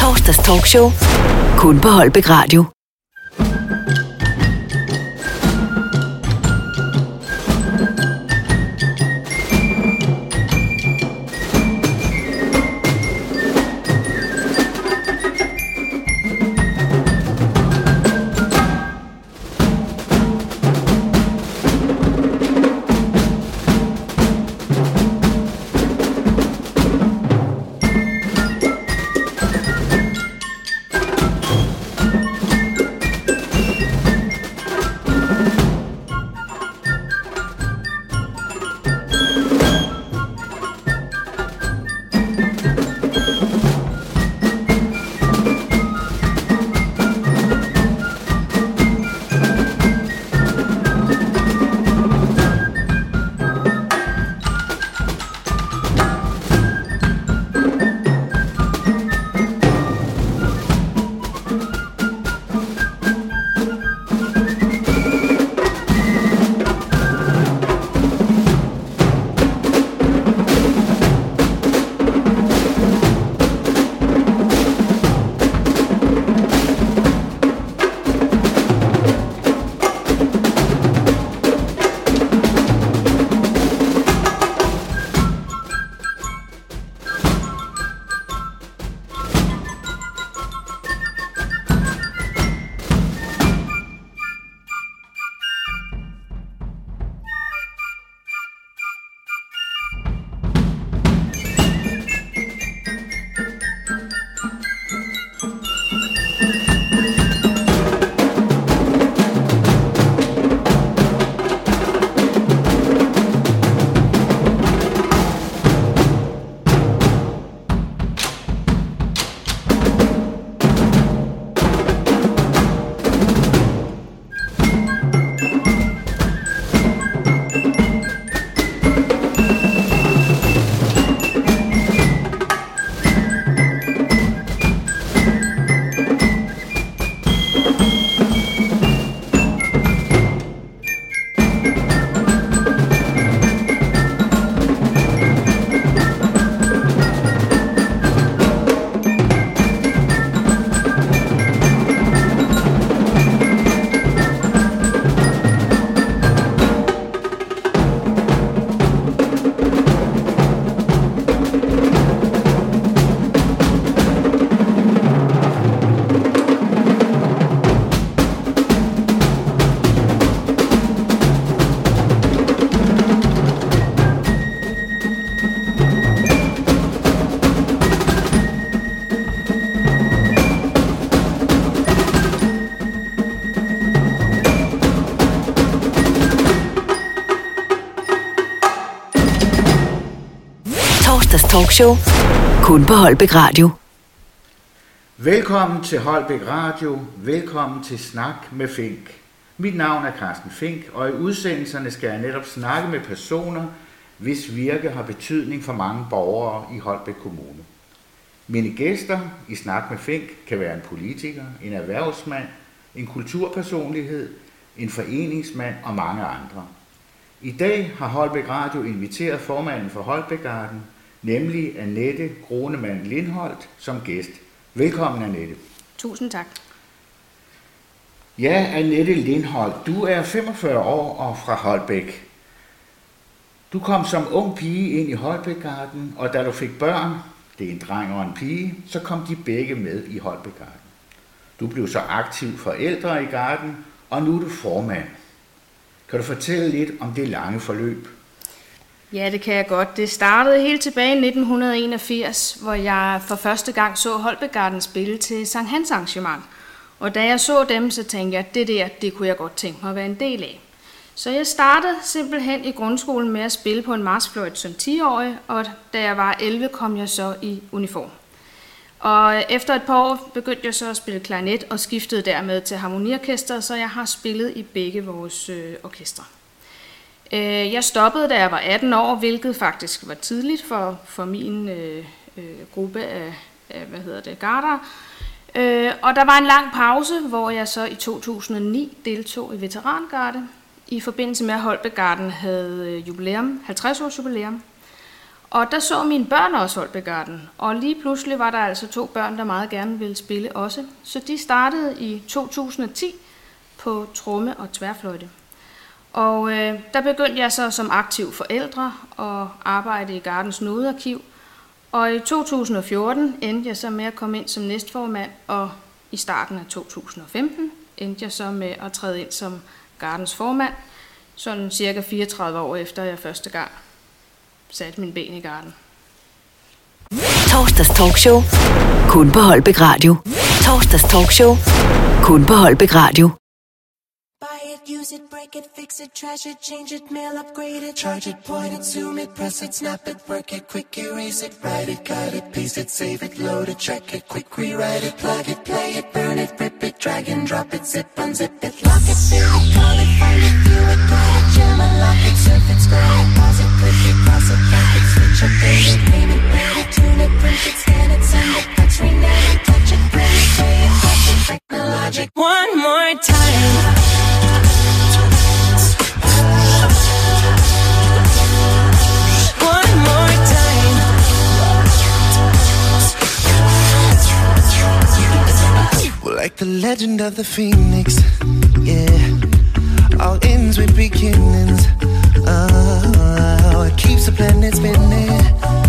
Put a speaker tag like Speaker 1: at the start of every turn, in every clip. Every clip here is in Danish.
Speaker 1: Torsdags talkshow. Kun på Holbæk Radio. Talkshow. Kun på Holbæk Radio.
Speaker 2: Velkommen til Holbæk Radio. Velkommen til Snak med Fink. Mit navn er Carsten Fink, og i udsendelserne skal jeg netop snakke med personer, hvis virke har betydning for mange borgere i Holbæk Kommune. Mine gæster i Snak med Fink kan være en politiker, en erhvervsmand, en kulturpersonlighed, en foreningsmand og mange andre. I dag har Holbæk Radio inviteret formanden for Holbækgarden, nemlig Annette Gronemann Lindholt, som gæst. Velkommen, Annette.
Speaker 3: Tusind tak.
Speaker 2: Ja, Annette Lindholt, du er 45 år og fra Holbæk. Du kom som ung pige ind i Holbækgarden, og da du fik børn, det er en dreng og en pige, så kom de begge med i Holbækgarden. Du blev så aktiv forældre i garden, og nu er du formand. Kan du fortælle lidt om det lange forløb?
Speaker 3: Ja, det kan jeg godt. Det startede helt tilbage i 1981, hvor jeg for første gang så Holbækgarden spille til Sankt Hans arrangement. Og da jeg så dem, så tænkte jeg, at det kunne jeg godt tænke mig at være en del af. Så jeg startede simpelthen i grundskolen med at spille på en marchfløjte som 10-årig, og da jeg var 11, kom jeg så i uniform. Og efter et par år begyndte jeg så at spille klarinet og skiftede dermed til harmoniorkester, så jeg har spillet i begge vores orkestre. Jeg stoppede, da jeg var 18 år, hvilket faktisk var tidligt for min gruppe af garder. Og der var en lang pause, hvor jeg så i 2009 deltog i veterangarde, i forbindelse med at Holbækgarden havde jubilæum, 50 års jubilæum. Og der så mine børn også Holbergarden, og lige pludselig var der altså 2 børn, der meget gerne ville spille også. Så de startede i 2010 på tromme og tværfløjte. Og der begyndte jeg så som aktiv forældre at arbejde i Gardens Nodearkiv. Og i 2014 endte jeg så med at komme ind som næstformand, og i starten af 2015 endte jeg så med at træde ind som Gardens formand, sådan cirka 34 år efter jeg første gang satte min ben i Garden.
Speaker 1: Torsdags talkshow. Kun på Holbæk Radio. Torsdags talkshow. Kun på Holbæk Radio.
Speaker 4: Buy it, use it, break it, fix it, trash it, change it, mail, upgrade it, charge it, point it, zoom it, press it, snap it, work it, quick erase it, write it, cut it, paste it, save it, load it, check it, quick rewrite it, plug it, play it, burn it, rip it, drag and drop it, zip, unzip it, lock it, fill it, call it, find it, view it, write it, jam, unlock it, surf it, scroll it, pause it, click it, cross it, back it, switch it, page it, name it, read it, tune it, print it, scan it, send it, touch, rename it, touch it, print it, pay it, touch it, technologic. One more time.
Speaker 5: Like the legend of the phoenix, yeah. All ends with beginnings. It keeps the planet spinning.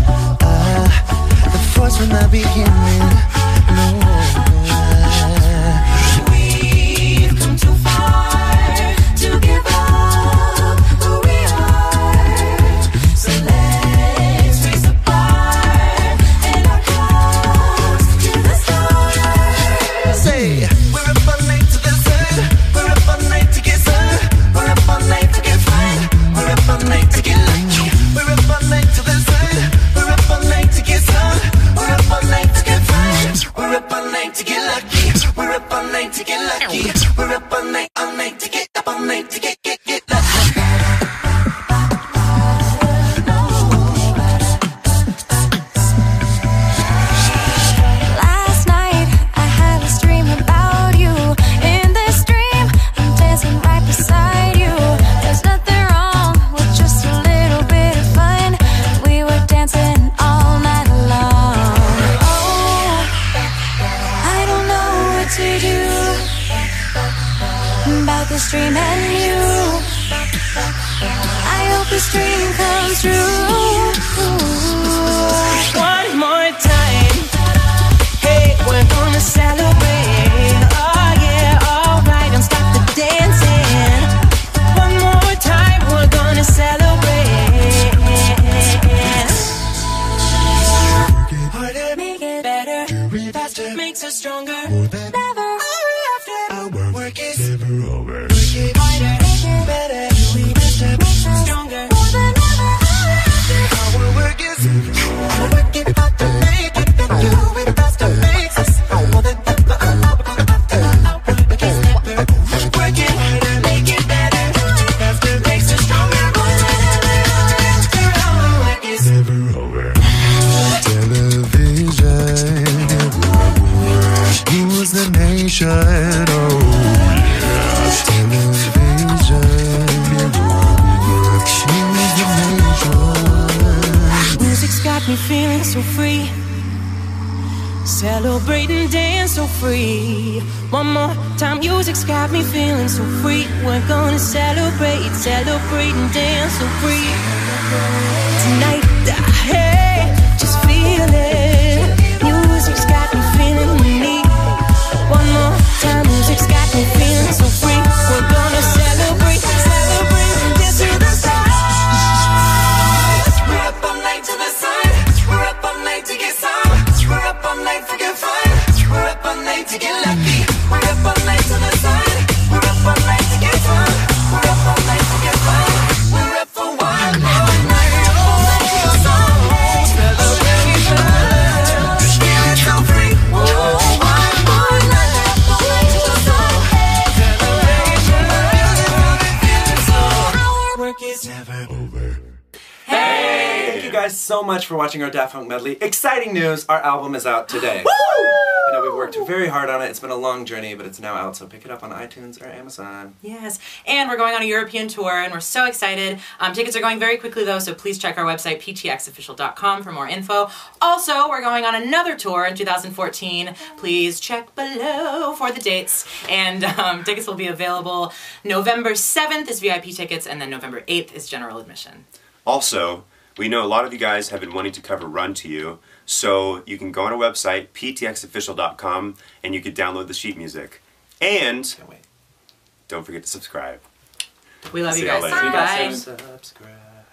Speaker 5: The force from the beginning. No.
Speaker 4: We've come too far to give up who we are. So let's raise the bar and our cups to the stars.
Speaker 5: Say, we're up all night to the sun. We're up all night to get sun. We're up all night to get fun. We're up all night to get lucky. We're up all night to the sun. We're up all night to get sun. We're up all night to get fun. We're up all night to get lucky. We're up all night to get lucky. We're up all night to get up all night to get lucky.
Speaker 4: Last night I had this dream about you. In this dream I'm dancing right beside you. There's nothing wrong with just a little bit of fun. We were dancing all night long. Oh, I don't know what to do about this dream and you. I hope this dream comes true. One more time. Hey, we're gonna celebrate. Oh yeah, alright, don't stop the dancing. One more time, we're gonna celebrate.
Speaker 5: Harder,
Speaker 4: Make it better,
Speaker 5: faster,
Speaker 4: makes us stronger.
Speaker 5: never
Speaker 4: After
Speaker 5: our work is
Speaker 6: Never over.
Speaker 5: work it harder, better, faster,
Speaker 4: stronger, more than ever.
Speaker 5: our work is work it harder, make it better, do it faster, makes us more than ever. Our work is never work it harder, make it better, do it faster, makes us stronger, more than ever. Our work is
Speaker 6: Never over. Television. Who's the nation? Oh, yeah. Television. Who's the nation?
Speaker 4: Music's got me feeling so free. Celebrating, dance so free. One more time, music's got me feeling so free. We're gonna celebrate, celebrate and dance so free. Tonight, hey, just feel it. Music's got me feeling me. One more time, music's got me feeling so free. We're gonna celebrate, celebrate and dance to the stars. We're up all night to the sun. We're up all night to get some. We're up all night for good fun. We're up all night to get lucky. We're up all night to the sun. We're up all night to get fun. We're up all night to get fun. We're up for one more night. Celebration. Feeling so free. One more night. To the sun. Celebration. Feeling so. Our work is
Speaker 5: never
Speaker 6: Over.
Speaker 7: Thank you guys so much for watching our Daft Punk medley. Exciting news, our album is out today. I know we've worked
Speaker 8: worked very hard on it. It's been a long journey, but it's now out, so pick it up on iTunes or Amazon.
Speaker 9: Yes, and we're going on a European tour, and we're so excited. Tickets are going very quickly, though, so please check our website, ptxofficial.com, for more info. Also, we're going on another tour in 2014. Please check below for the dates. And tickets will be available November 7th is VIP tickets, and then November 8th is general admission.
Speaker 10: Also, we know a lot of you guys have been wanting to cover Run to You, so you can go on our website, ptxofficial.com, and you can download the sheet music. And don't forget to subscribe.
Speaker 9: We love
Speaker 10: See
Speaker 9: you
Speaker 10: y'all
Speaker 9: guys.
Speaker 10: later.
Speaker 9: Bye.
Speaker 8: Subscribe.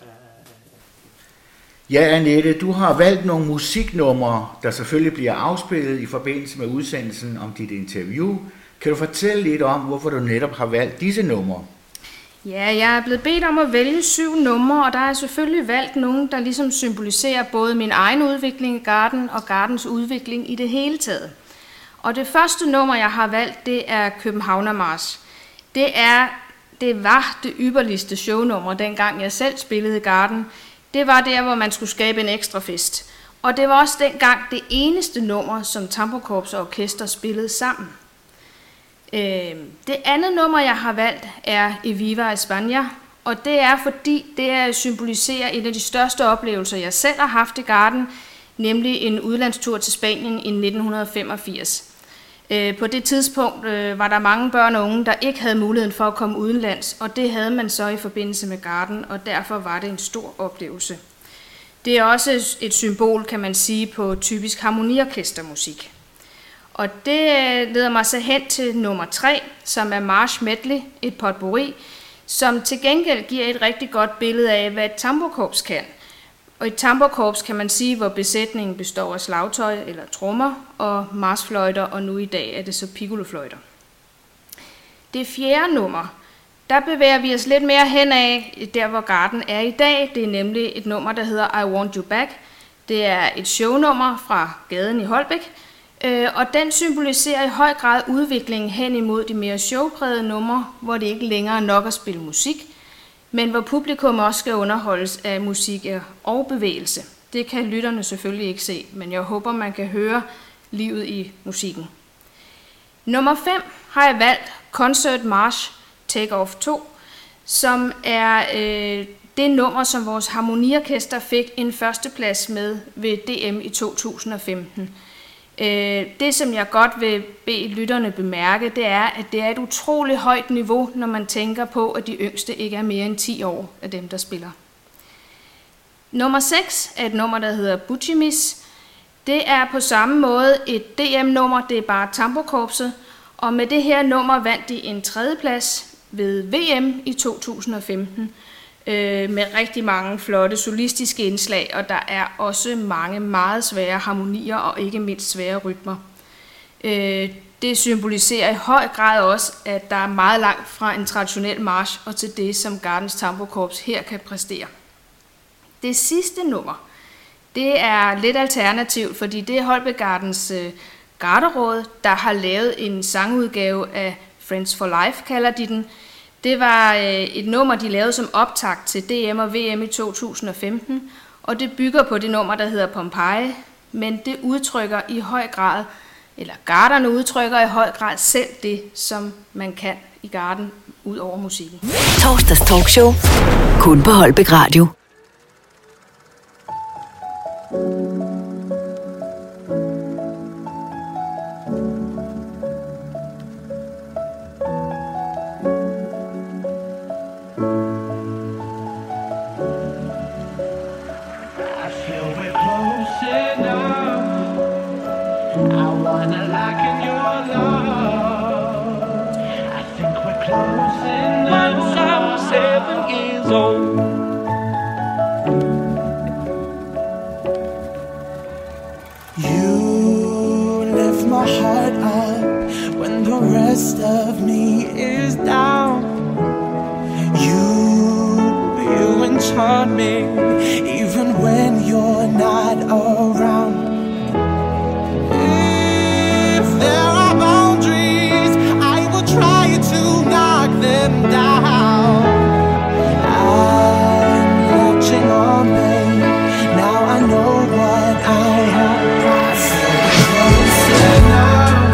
Speaker 2: Ja, Annette, du har valgt nogle musiknumre, der selvfølgelig bliver afspillet i forbindelse med udsendelsen om dit interview. Kan du fortælle lidt om, hvorfor du netop har valgt disse numre?
Speaker 3: Ja, jeg er blevet bedt om at vælge 7 numre, og der er selvfølgelig valgt nogle, der ligesom symboliserer både min egen udvikling i Garden og Gardens udvikling i det hele taget. Og det første nummer, jeg har valgt, det er Københavnermarch. Det var det ypperligste shownummer, dengang jeg selv spillede i Garden. Det var der, hvor man skulle skabe en ekstra fest. Og det var også dengang det eneste nummer, som Tamburkorps og orkester spillede sammen. Det andet nummer, jeg har valgt, er Eviva España, og det er fordi, det symboliserer en af de største oplevelser, jeg selv har haft i Garden, nemlig en udlandstur til Spanien i 1985. På det tidspunkt var der mange børn og unge, der ikke havde muligheden for at komme udenlands, og det havde man så i forbindelse med Garden, og derfor var det en stor oplevelse. Det er også et symbol, kan man sige, på typisk harmoniorkestermusik. Og det leder mig så hen til nummer 3, som er March Medley, et potpourri, som til gengæld giver et rigtig godt billede af, hvad et tamburkorps kan. Og et tamburkorps kan man sige, hvor besætningen består af slagtøj eller trommer og marchfløjter, og nu i dag er det så piccolofløjter. Det fjerde nummer, der bevæger vi os lidt mere hen af, der hvor Garden er i dag. Det er nemlig et nummer, der hedder I Want You Back. Det er et shownummer fra gaden i Holbæk, og den symboliserer i høj grad udviklingen hen imod de mere showprægede numre, hvor det ikke længere er nok at spille musik, men hvor publikum også skal underholdes af musik og bevægelse. Det kan lytterne selvfølgelig ikke se, men jeg håber, man kan høre livet i musikken. Nummer 5 har jeg valgt Concert March Take Off 2, som er det nummer, som vores harmoniorkester fik en førsteplads med ved DM i 2015. Det, som jeg godt vil bede lytterne bemærke, det er, at det er et utroligt højt niveau, når man tænker på, at de yngste ikke er mere end 10 år af dem, der spiller. Nummer 6 er et nummer, der hedder Buchimis. Det er på samme måde et DM-nummer, det er bare tamburkorpset, og med det her nummer vandt de en 3. plads ved VM i 2015, med rigtig mange flotte solistiske indslag, og der er også mange meget svære harmonier og ikke mindst svære rytmer. Det symboliserer i høj grad også, at der er meget langt fra en traditionel march og til det, som Gardens Tamburkorps her kan præstere. Det sidste nummer, det er lidt alternativt, fordi det er Holbæk Gardens garderåd, der har lavet en sangudgave af Friends for Life, kalder de den. Det var et nummer, de lavede som optakt til DM og VM i 2015, og det bygger på det nummer, der hedder Pompeii, men det udtrykker i høj grad, eller garderne udtrykker i høj grad selv det, som man kan i Garden, ud over musikken.
Speaker 1: Torsdags talkshow, kun på Holbæk Radio.
Speaker 5: Once I was 7 years old. You lift my heart up when the rest of me is down. You enchant me even when you're not around. If there are boundaries, I will try to knock them down. I'm latching on me. Now I know what I have. I feel closer now.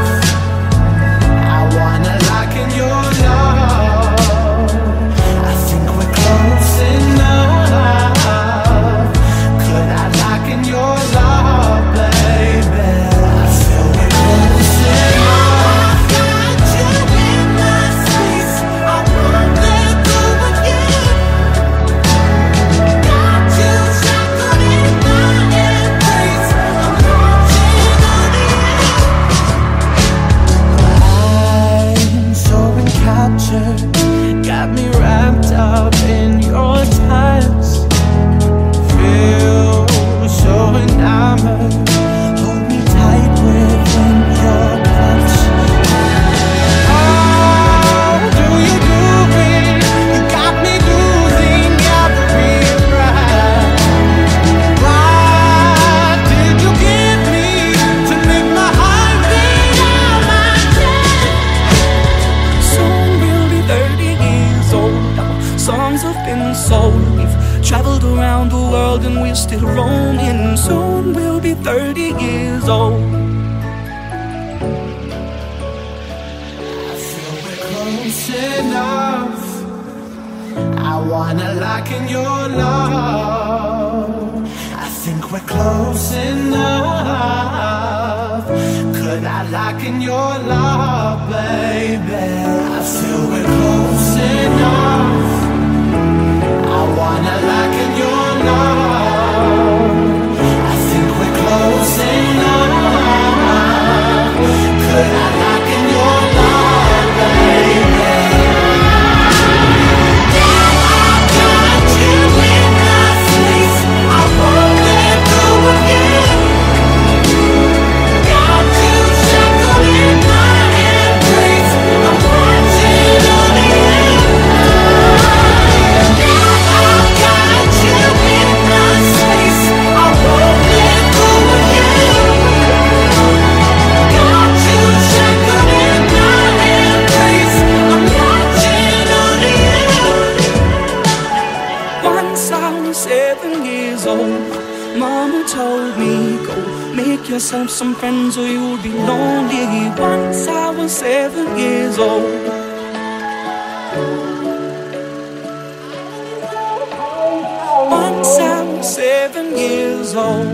Speaker 5: close enough. I wanna lock in your love. I think we're close enough. Could I lock in your love, baby? I feel we're close enough. I wanna lock in your love. I think we're close enough. Could I lock in your love, baby? Now I've got you in my face. I won't let go again. Got you shackled in my embrace. I'm watching on the end. Now I've got you in my space. I won't let go again. Got you shackled in my embrace. I'm watching on the end.
Speaker 11: Once I was 7 years old, Mama told me, go make yourself some friends or you'll be lonely. Once I was 7 years old. Once I was 7 years old.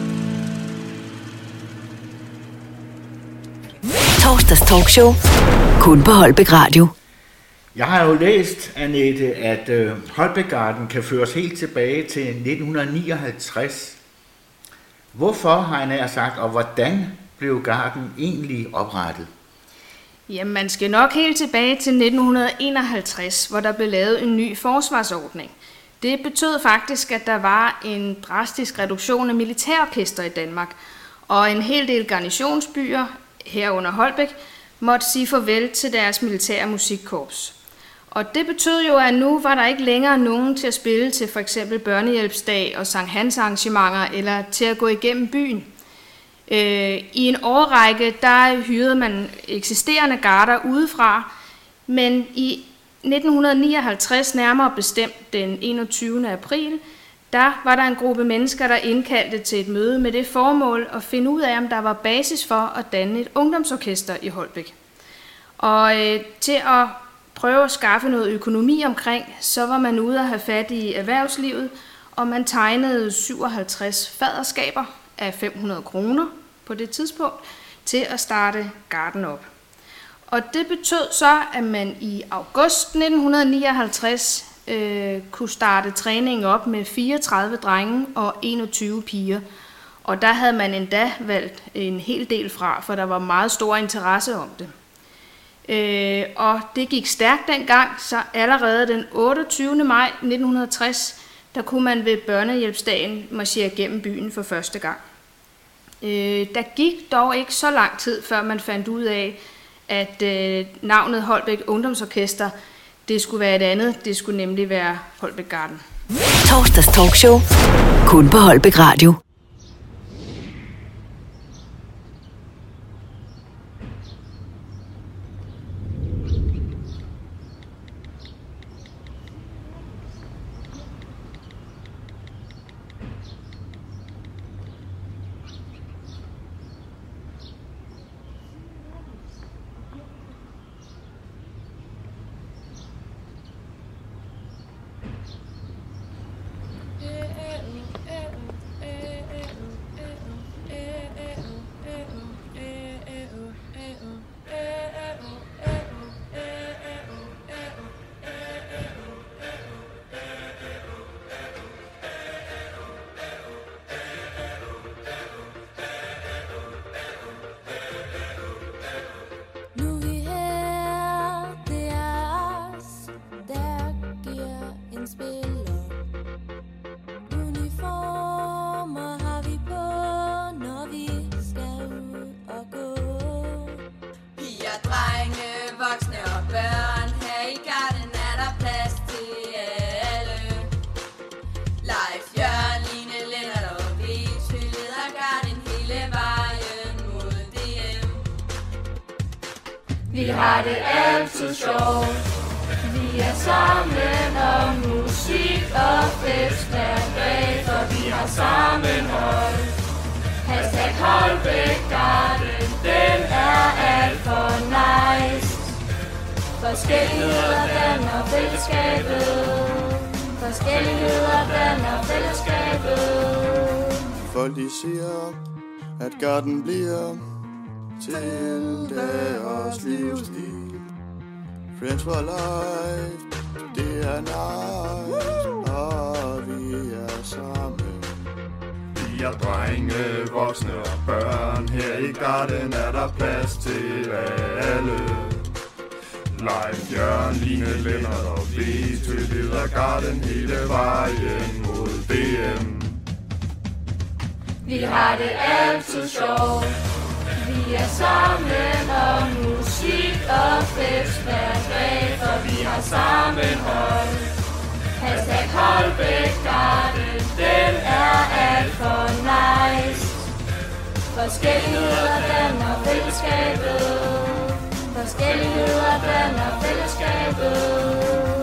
Speaker 1: Torsdags talkshow. Kun på Holbæk Radio.
Speaker 2: Jeg har jo læst, Annette, at Holbækgarden kan føres helt tilbage til 1959. Hvorfor, har jeg nær sagt, og hvordan blev garden egentlig oprettet?
Speaker 3: Jamen, man skal nok helt tilbage til 1951, hvor der blev lavet en ny forsvarsordning. Det betød faktisk, at der var en drastisk reduktion af militærorkester i Danmark, og en hel del garnisonsbyer, herunder Holbæk, måtte sige farvel til deres militære musikkorps. Og det betød jo, at nu var der ikke længere nogen til at spille til for eksempel børnehjælpsdag og Sankt Hans arrangementer, eller til at gå igennem byen. I en årrække, der hyrede man eksisterende garder udefra, men i 1959, nærmere bestemt den 21. april, der var der en gruppe mennesker, der indkaldte til et møde med det formål at finde ud af, om der var basis for at danne et ungdomsorkester i Holbæk. Og til at prøve at skaffe noget økonomi omkring, så var man ude at have fat i erhvervslivet, og man tegnede 57 faderskaber af 500 kroner på det tidspunkt til at starte garden op. Og det betød så, at man i august 1959 kunne starte træningen op med 34 drenge og 21 piger. Og der havde man endda valgt en hel del fra, for der var meget stor interesse om det. Og det gik stærkt dengang, så allerede den 28. maj 1960, der kunne man ved børnehjælpsdagen marchere gennem byen for første gang. Der gik dog ikke så lang tid, før man fandt ud af, at navnet Holbæk Ungdomsorkester, det skulle være et andet. Det skulle nemlig være Holbækgarden.
Speaker 1: Torsdags talkshow. Kun på Holbæk Radio.
Speaker 12: Vi har det altid sjovt. Vi er sammen om musik og fest hver dag, for vi har sammenhold. Hashtag Holbækgarden, den er alt for nice. Forskelligheder danner fællesskabet. Forskelligheder danner fællesskabet.
Speaker 13: Folk de siger, at garden bliver til deres livsstil. Friends for life, det er nice, og vi er sammen.
Speaker 6: Vi er drenge, voksne og børn. Her i garden er der plads til alle. Leif, Jørgen, Line, Lennart og V. Leder garden hele vejen mod DM.
Speaker 12: Vi har det altid sjovt. Vi er sammen om musik og fest hver dag, for vi har sammenhold. Hashtag Holbæk Garden, den er alt for nice. Forskelligheder danner fællesskabet. Forskelligheder danner fællesskabet.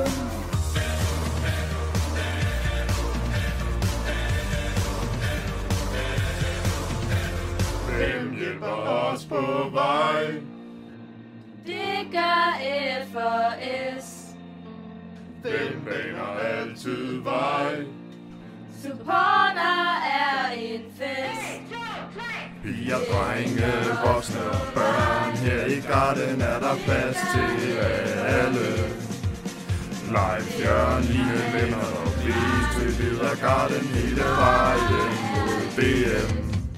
Speaker 6: Hvem hjælper os på vej?
Speaker 12: Det gør F og S.
Speaker 6: Den baner altid vej.
Speaker 12: Supporter er en fest.
Speaker 6: Piger, drenge, voksne og børn. Her i garden er der plads til alle. Leif, Jørgen, Line, Lennart og Blise leder garden hele vejen mod BM.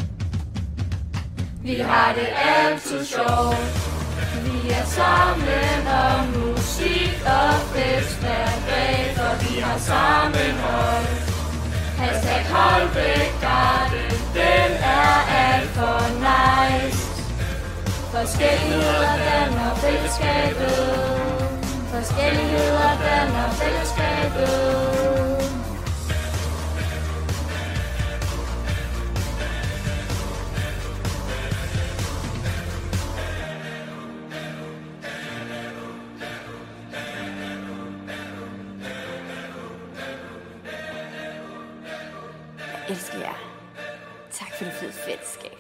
Speaker 12: Vi har det altid sjovt. Vi er sammen om musik og fest hver dag, for vi har sammenhold. Hashtag Holbæk Garden, den er alt for nice. Forskelligheder danner fællesskabet. Forskelligheder danner fællesskabet.
Speaker 14: Elsker jer. Tak for det fede fællesskab.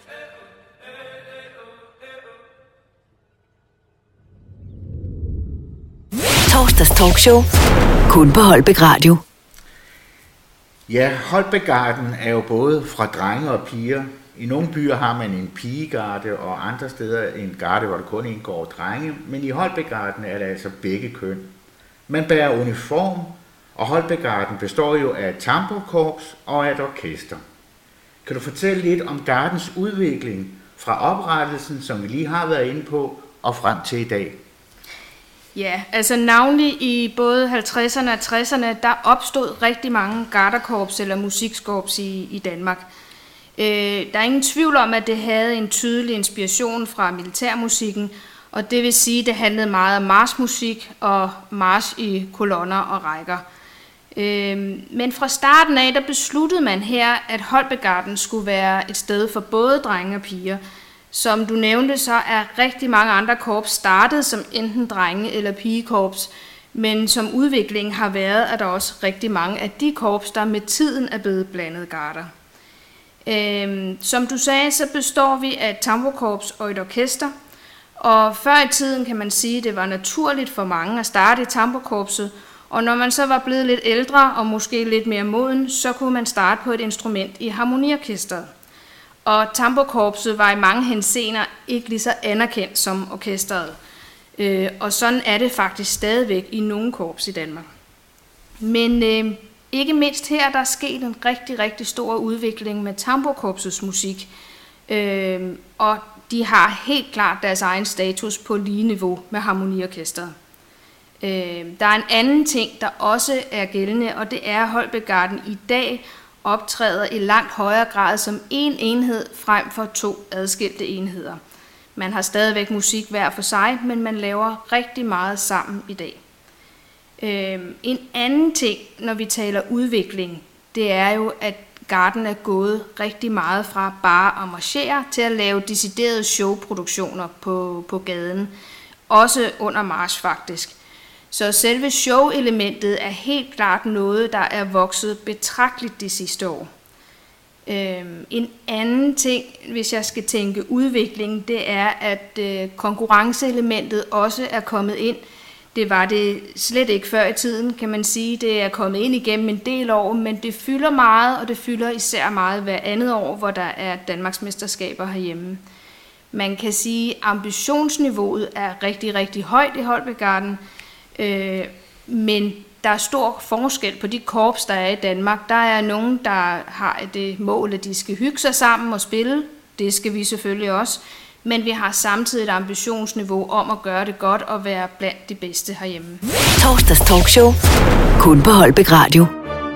Speaker 1: Torsdags talkshow. Kun på Holbæk Radio.
Speaker 2: Ja, Holbæk Garden er jo både fra drenge og piger. I nogle byer har man en pigegarde, og andre steder en garde, hvor der kun indgår drenge. Men i Holbæk Garden er det altså begge køn. Man bærer uniform, og Holbæk Garden består jo af et tamburkorps og et orkester. Kan du fortælle lidt om gardens udvikling fra oprettelsen, som vi lige har været inde på, og frem til i dag?
Speaker 3: Ja, altså navnlig i både 50'erne og 60'erne, der opstod rigtig mange garderkorps eller musikkorps i Danmark. Der er ingen tvivl om, at det havde en tydelig inspiration fra militærmusikken, og det vil sige, at det handlede meget om marchmusik og march i kolonner og rækker. Men fra starten af, der besluttede man her, at Holbæk Garden skulle være et sted for både drenge og piger. Som du nævnte, så er rigtig mange andre korps startet som enten drenge- eller pigekorps, men som udviklingen har været, at der også rigtig mange af de korps, der med tiden er blevet blandet garder. Som du sagde, så består vi af et tamburkorps og et orkester, og før i tiden kan man sige, at det var naturligt for mange at starte i tamburkorpset, og når man så var blevet lidt ældre og måske lidt mere moden, så kunne man starte på et instrument i harmoniorkestret. Og tamburkorpset var i mange henseender ikke lige så anerkendt som orkestret. Og sådan er det faktisk stadigvæk i nogle korps i Danmark. Men ikke mindst her, der er sket en rigtig, rigtig stor udvikling med tamburkorpsets musik. Og de har helt klart deres egen status på lige niveau med harmoniorkestret. Der er en anden ting, der også er gældende, og det er, at Holbæk Garden i dag optræder i langt højere grad som en enhed frem for to adskilte enheder. Man har stadigvæk musik hver for sig, men man laver rigtig meget sammen i dag. En anden ting, når vi taler udvikling, det er jo, at Garden er gået rigtig meget fra bare at marchere til at lave deciderede showproduktioner på gaden. Også under march faktisk. Så selve show-elementet er helt klart noget, der er vokset betragteligt de sidste år. En anden ting, hvis jeg skal tænke udvikling, det er, at konkurrenceelementet også er kommet ind Det var det slet ikke før i tiden, kan man sige. Det er kommet ind igennem en del år, men det fylder meget, og det fylder især meget hver andet år, hvor der er Danmarksmesterskaber herhjemme. Man kan sige, at ambitionsniveauet er rigtig, rigtig højt i Holbækgarden, men der er stor forskel på de korps, der er i Danmark. Der er nogen, der har det mål, at de skal hygge sig sammen og spille. Det skal vi selvfølgelig også. Men vi har samtidig et ambitionsniveau om at gøre det godt og være blandt de bedste herhjemme.
Speaker 1: Torsdags talkshow. Kun på Holbæk Radio.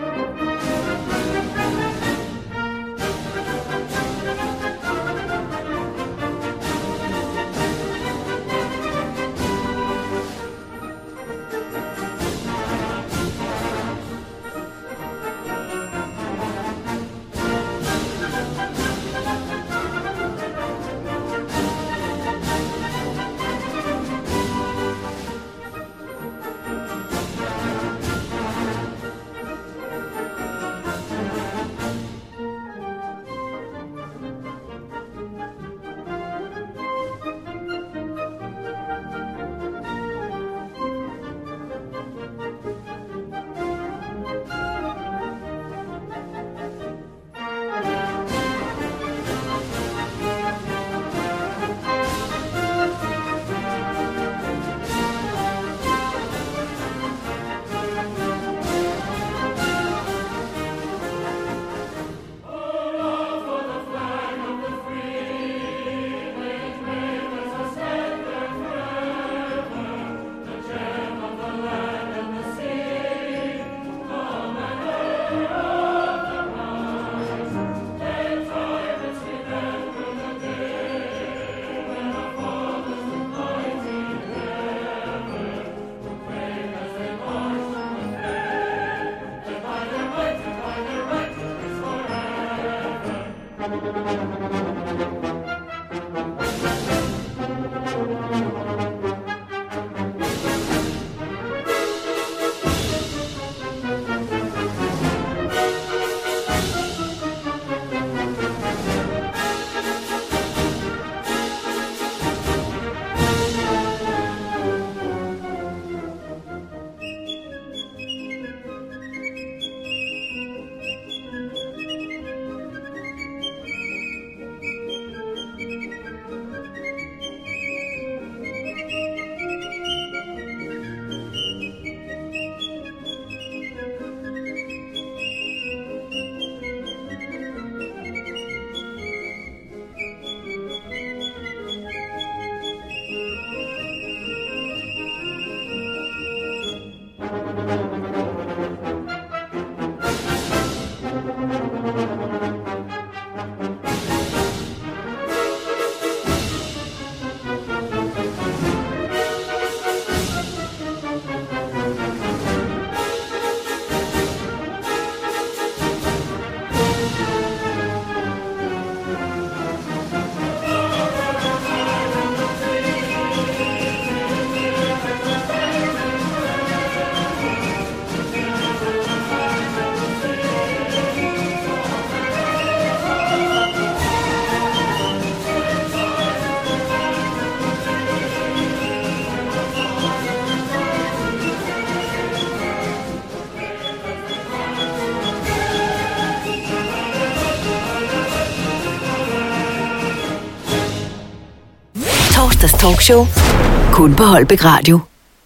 Speaker 1: Torsdags talkshow. Kun på Holbæk Radio.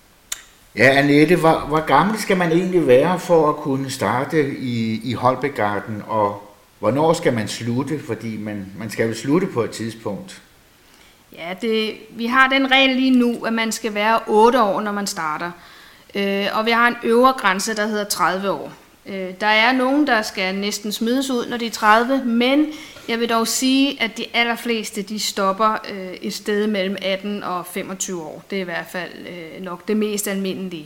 Speaker 2: Ja, Annette, hvor gammel skal man egentlig være for at kunne starte i Holbækgarden, og hvornår skal man slutte? Fordi man skal jo slutte på et tidspunkt.
Speaker 3: Ja, vi har den regel lige nu, at man skal være 8 år, når man starter. Og vi har en øvre grænse, der hedder 30 år. Der er nogen, der skal næsten smides ud, når de er 30, men jeg vil dog sige, at de allerfleste de stopper et sted mellem 18 og 25 år. Det er i hvert fald nok det mest almindelige.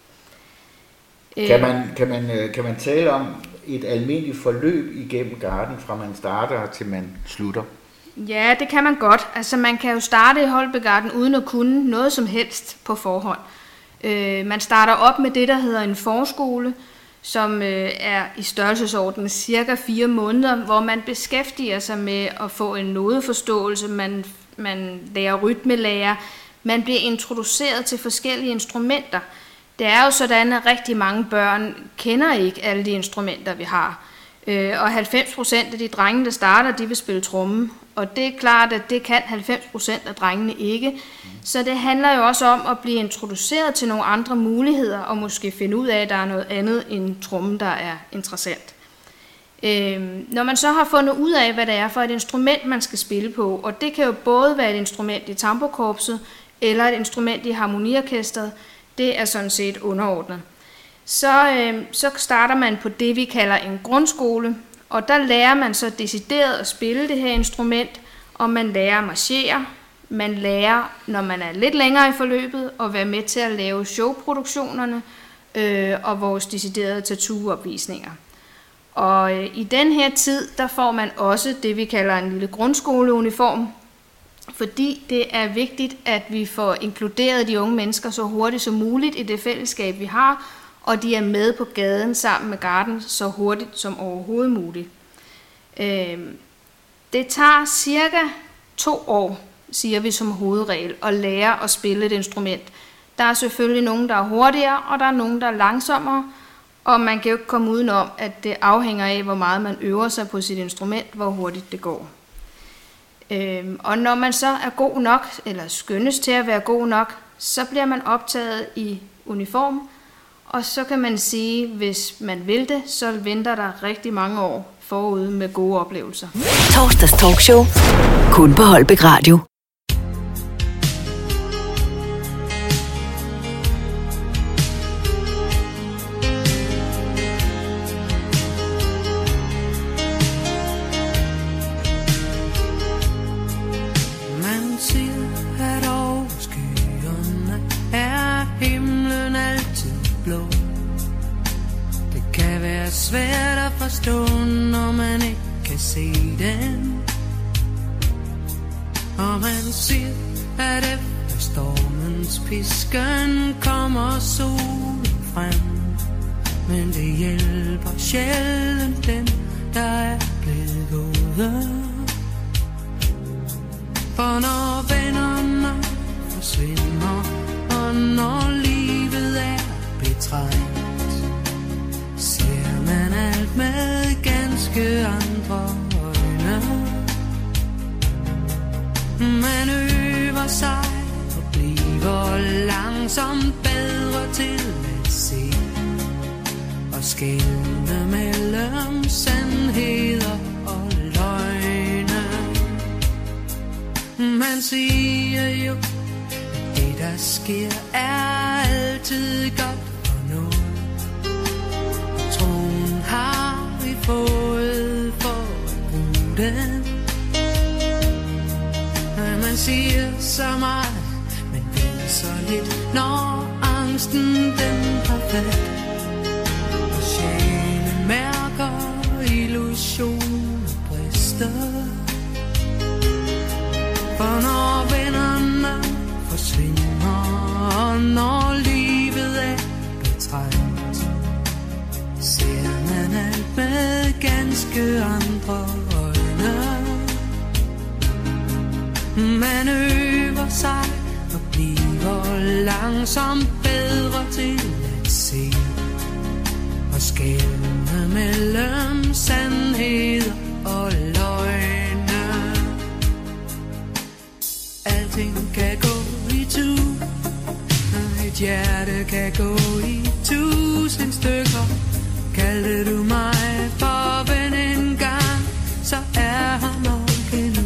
Speaker 2: Kan man tale om et almindeligt forløb igennem garden, fra man starter til man slutter?
Speaker 3: Ja, det kan man godt. Altså man kan jo starte i Holbækgarden uden at kunne noget som helst på forhånd. Man starter op med det, der hedder en forskole, som er i størrelsesorden cirka 4 måneder, hvor man beskæftiger sig med at få en nodeforståelse, man lærer rytmelære, Man bliver introduceret til forskellige instrumenter. Det er jo sådan, at rigtig mange børn kender ikke alle de instrumenter, vi har. Og 90% af de drenge, der starter, de vil spille tromme. Og det er klart, at det kan 90% af drengene ikke. Så det handler jo også om at blive introduceret til nogle andre muligheder, og måske finde ud af, at der er noget andet end trommen, der er interessant. Når man så har fundet ud af, hvad det er for et instrument, man skal spille på, og det kan jo både være et instrument i tambourkorpset, eller et instrument i harmoniorkestret, det er sådan set underordnet. Så starter man på det, vi kalder en grundskole, og der lærer man så decideret at spille det her instrument, og man lærer at marchere. Man lærer, når man er lidt længere i forløbet, at være med til at lave showproduktionerne og vores deciderede tattooopvisninger. Og i den her tid, der får man også det, vi kalder en lille grundskoleuniform, fordi det er vigtigt, at vi får inkluderet de unge mennesker så hurtigt som muligt i det fællesskab, vi har, og de er med på gaden sammen med garden så hurtigt som overhovedet muligt. Det tager cirka 2 år, siger vi som hovedregel, at lære at spille et instrument. Der er selvfølgelig nogen, der er hurtigere, og der er nogen, der er langsommere, og man kan jo ikke komme udenom, at det afhænger af, hvor meget man øver sig på sit instrument, hvor hurtigt det går. Og når man så er god nok, eller skønnes til at være god nok, så bliver man optaget i uniform, og så kan man sige, hvis man vil det, så venter der rigtig mange år forude med gode oplevelser.
Speaker 1: Torsdags talkshow. Kun på Holbæk Radio.
Speaker 11: Man siger, at over skyerne er himlen altid blå. Det kan være svært at forstå, når man ikke kan se den. Og man siger, at efter stormens pisken kommer solen frem. Men det hjælper sjældent den, der er blevet gået. For når vennerne forsvinder, og når livet er betrængt, ser man alt med ganske andre øjne. Man øver sig og bliver langsomt bedre til at se og skelne mellem sandheder og løgne. Man siger jo, at det der sker er altid godt for noget. Troen har vi fået for at bruge den. Man siger så meget, men ved så lidt, når angsten den har fat. Og sjælen mærker illusion brister. For når vennerne forsvinder, og når livet er betrængt, ser man alt med ganske andre øjne. Man øver sig og bliver langsomt bedre til at se og skelne mellem sandheder og løgne. Alting kan gå i tu, et hjerte kan gå i 1000 stykker. Kaldte du mig for ven en gang, så er han nok endnu.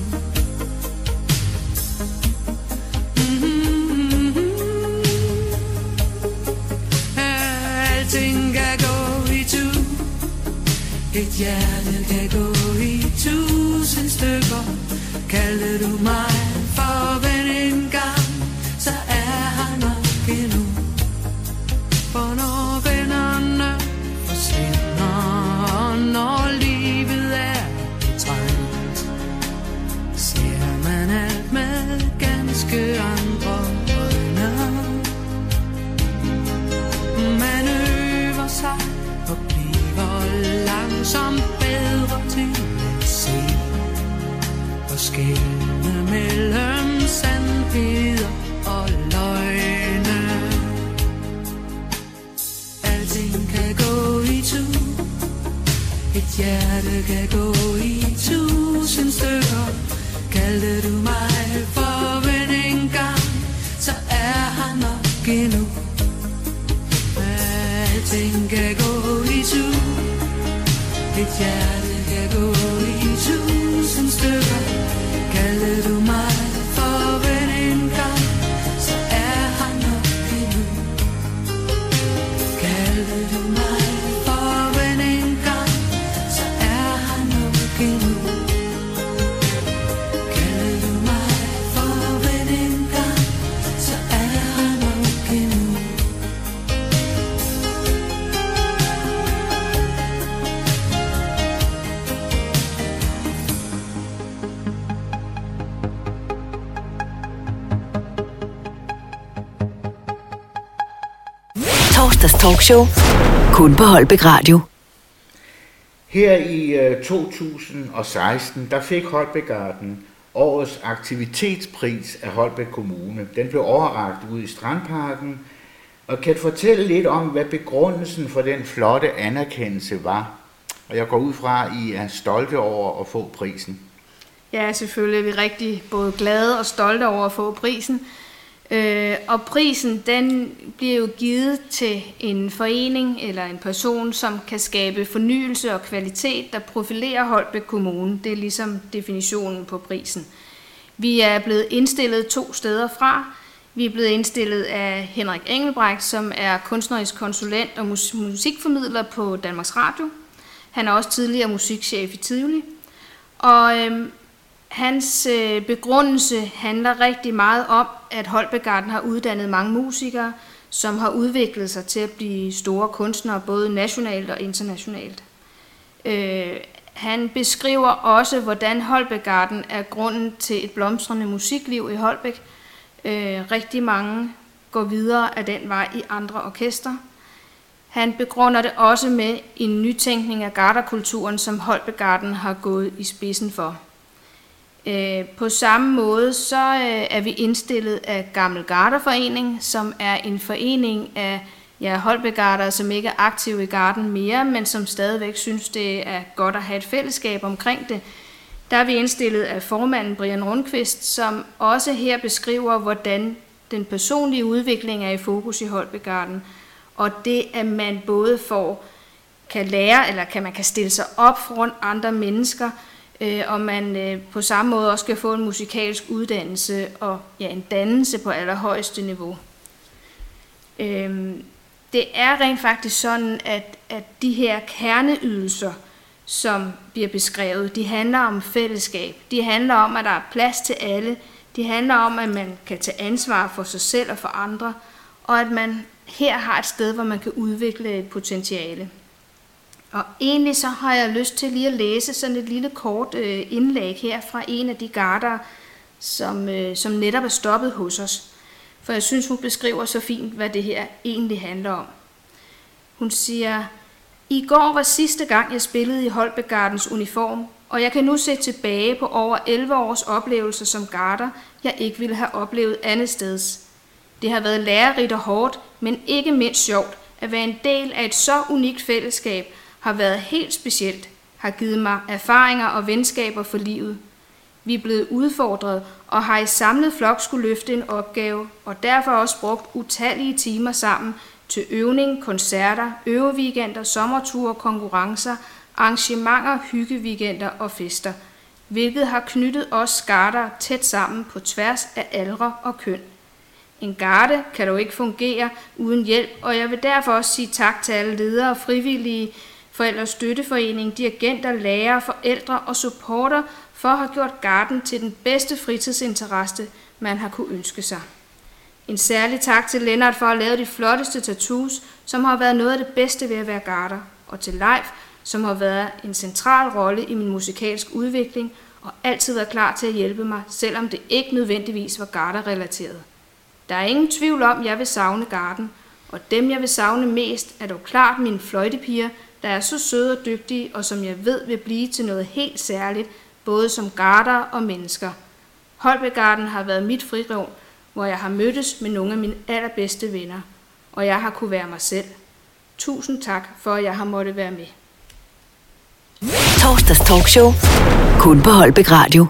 Speaker 11: Alting kan gå i tu, et hjerte kan gå i 1000 stykker. Kaldte du mig for ven en gang, så er han nok endnu. For når vennerne forsvinder, og når livet er betrængt, ser man alt med ganske andre øjne. Man øver sig og bliver langsomt bedre til at se og skelne mellem hjerte kan gå i 1000 stykker. Kaldte du mig for ven engang, så er han nok endnu. Alting kan gå i tu. Dit hjerte kan gå i 1000 stykker. Kaldte du mig for ven engang, så er han nok endnu. Kaldte du mig for ven engang, så er han nok endnu. Kaldte du mig for ven engang, så er han nok endnu.
Speaker 1: Torsdags talkshow. Kun på Holbæk Radio.
Speaker 2: Her i 2016, der fik Holbækgarden årets aktivitetspris af Holbæk Kommune. Den blev overrakt ud i Strandparken, og kan fortælle lidt om, hvad begrundelsen for den flotte anerkendelse var. Og jeg går ud fra, at I er stolte over at få prisen.
Speaker 3: Ja, selvfølgelig er vi rigtig både glade og stolte over at få prisen. Og prisen, den bliver jo givet til en forening eller en person, som kan skabe fornyelse og kvalitet, der profilerer Holbæk Kommune. Det er ligesom definitionen på prisen. Vi er blevet indstillet 2 steder fra. Vi er blevet indstillet af Henrik Engelbrecht, som er kunstnerisk konsulent og musikformidler på Danmarks Radio. Han er også tidligere musikchef i Tivoli. Og hans begrundelse handler rigtig meget om, at Holbækgarden har uddannet mange musikere, som har udviklet sig til at blive store kunstnere, både nationalt og internationalt. Han beskriver også, hvordan Holbækgarden er grunden til et blomstrende musikliv i Holbæk. Rigtig mange går videre af den vej i andre orkester. Han begrunder det også med en nytænkning af garderkulturen, som Holbækgarden har gået i spidsen for. På samme måde så er vi indstillet af Gammel Garderforening, som er en forening af Holbækgardere, som ikke er aktive i garden mere, men som stadigvæk synes, det er godt at have et fællesskab omkring det. Der er vi indstillet af formanden Brian Rundqvist, som også her beskriver, hvordan den personlige udvikling er i fokus i Holbækgarden, og det, at man både kan lære, eller man kan stille sig op foran andre mennesker, og man på samme måde også kan få en musikalsk uddannelse og en dannelse på allerhøjeste niveau. Det er rent faktisk sådan, at de her kerneydelser, som bliver beskrevet, de handler om fællesskab. De handler om, at der er plads til alle. De handler om, at man kan tage ansvar for sig selv og for andre, og at man her har et sted, hvor man kan udvikle et potentiale. Og egentlig så har jeg lyst til lige at læse sådan et lille kort indlæg her fra en af de garder, som netop er stoppet hos os. For jeg synes, hun beskriver så fint, hvad det her egentlig handler om. Hun siger: "I går var sidste gang, jeg spillede i Holbækgardens uniform, og jeg kan nu se tilbage på over 11 års oplevelser som garder, jeg ikke ville have oplevet andet steds. Det har været lærerigt og hårdt, men ikke mindst sjovt. At være en del af et så unikt fællesskab har været helt specielt, har givet mig erfaringer og venskaber for livet. Vi er blevet udfordret og har i samlet flok skulle løfte en opgave, og derfor også brugt utallige timer sammen til øvning, koncerter, øveweekender, sommerture, konkurrencer, arrangementer, hyggeweekender og fester, hvilket har knyttet os skarter tæt sammen på tværs af aldre og køn. En garde kan dog ikke fungere uden hjælp, og jeg vil derfor også sige tak til alle ledere, frivillige, forældres støtteforening, dirigenter, lærere, forældre og supporter for at have gjort garden til den bedste fritidsinteresse, man har kunne ønske sig. En særlig tak til Lennart for at lave de flotteste tattoos, som har været noget af det bedste ved at være garder, og til Leif, som har været en central rolle i min musikalsk udvikling og altid været klar til at hjælpe mig, selvom det ikke nødvendigvis var garder-relateret. Der er ingen tvivl om, at jeg vil savne garden, og dem jeg vil savne mest er dog klart mine fløjtepiger, der er så søde og dygtige, og som jeg ved vil blive til noget helt særligt, både som garder og mennesker. Holbækgarden har været mit frirum, hvor jeg har mødtes med nogle af mine allerbedste venner, og jeg har kunne være mig selv. Tusind tak for, at jeg har måttet være med.
Speaker 1: Torsdags talkshow. Kun på Holbæk Radio.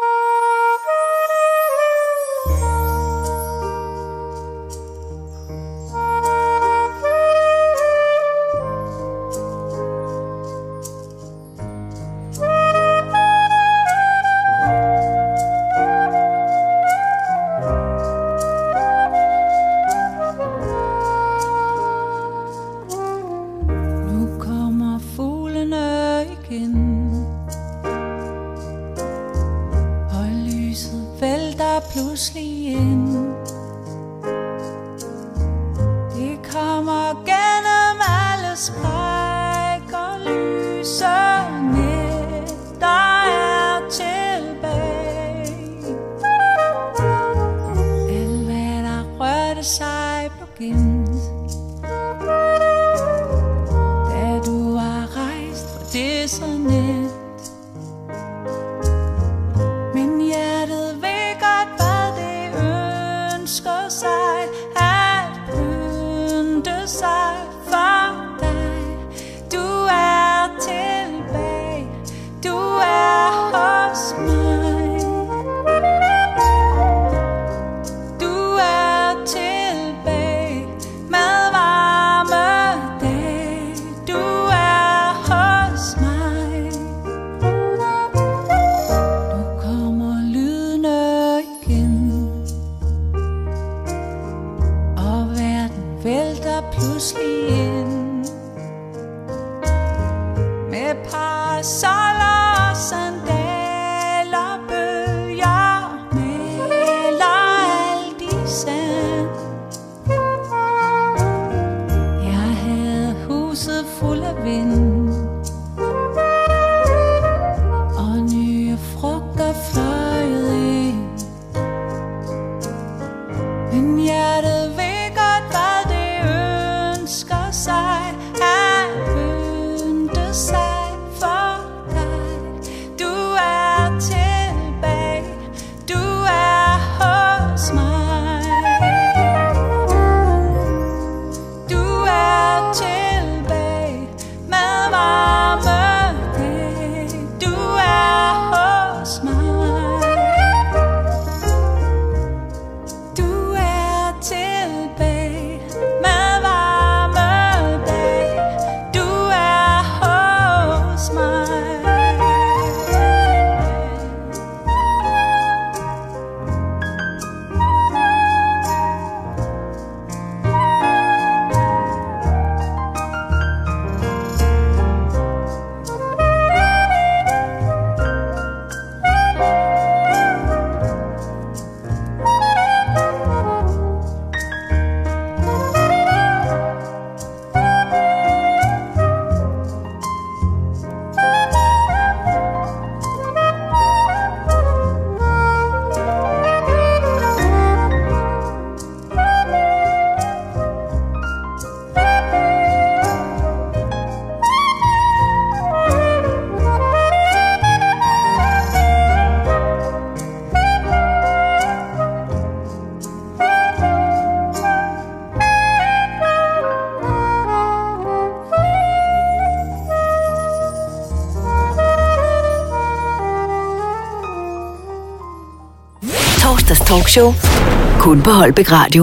Speaker 1: Torsdags talkshow. Kun på Holbæk Radio.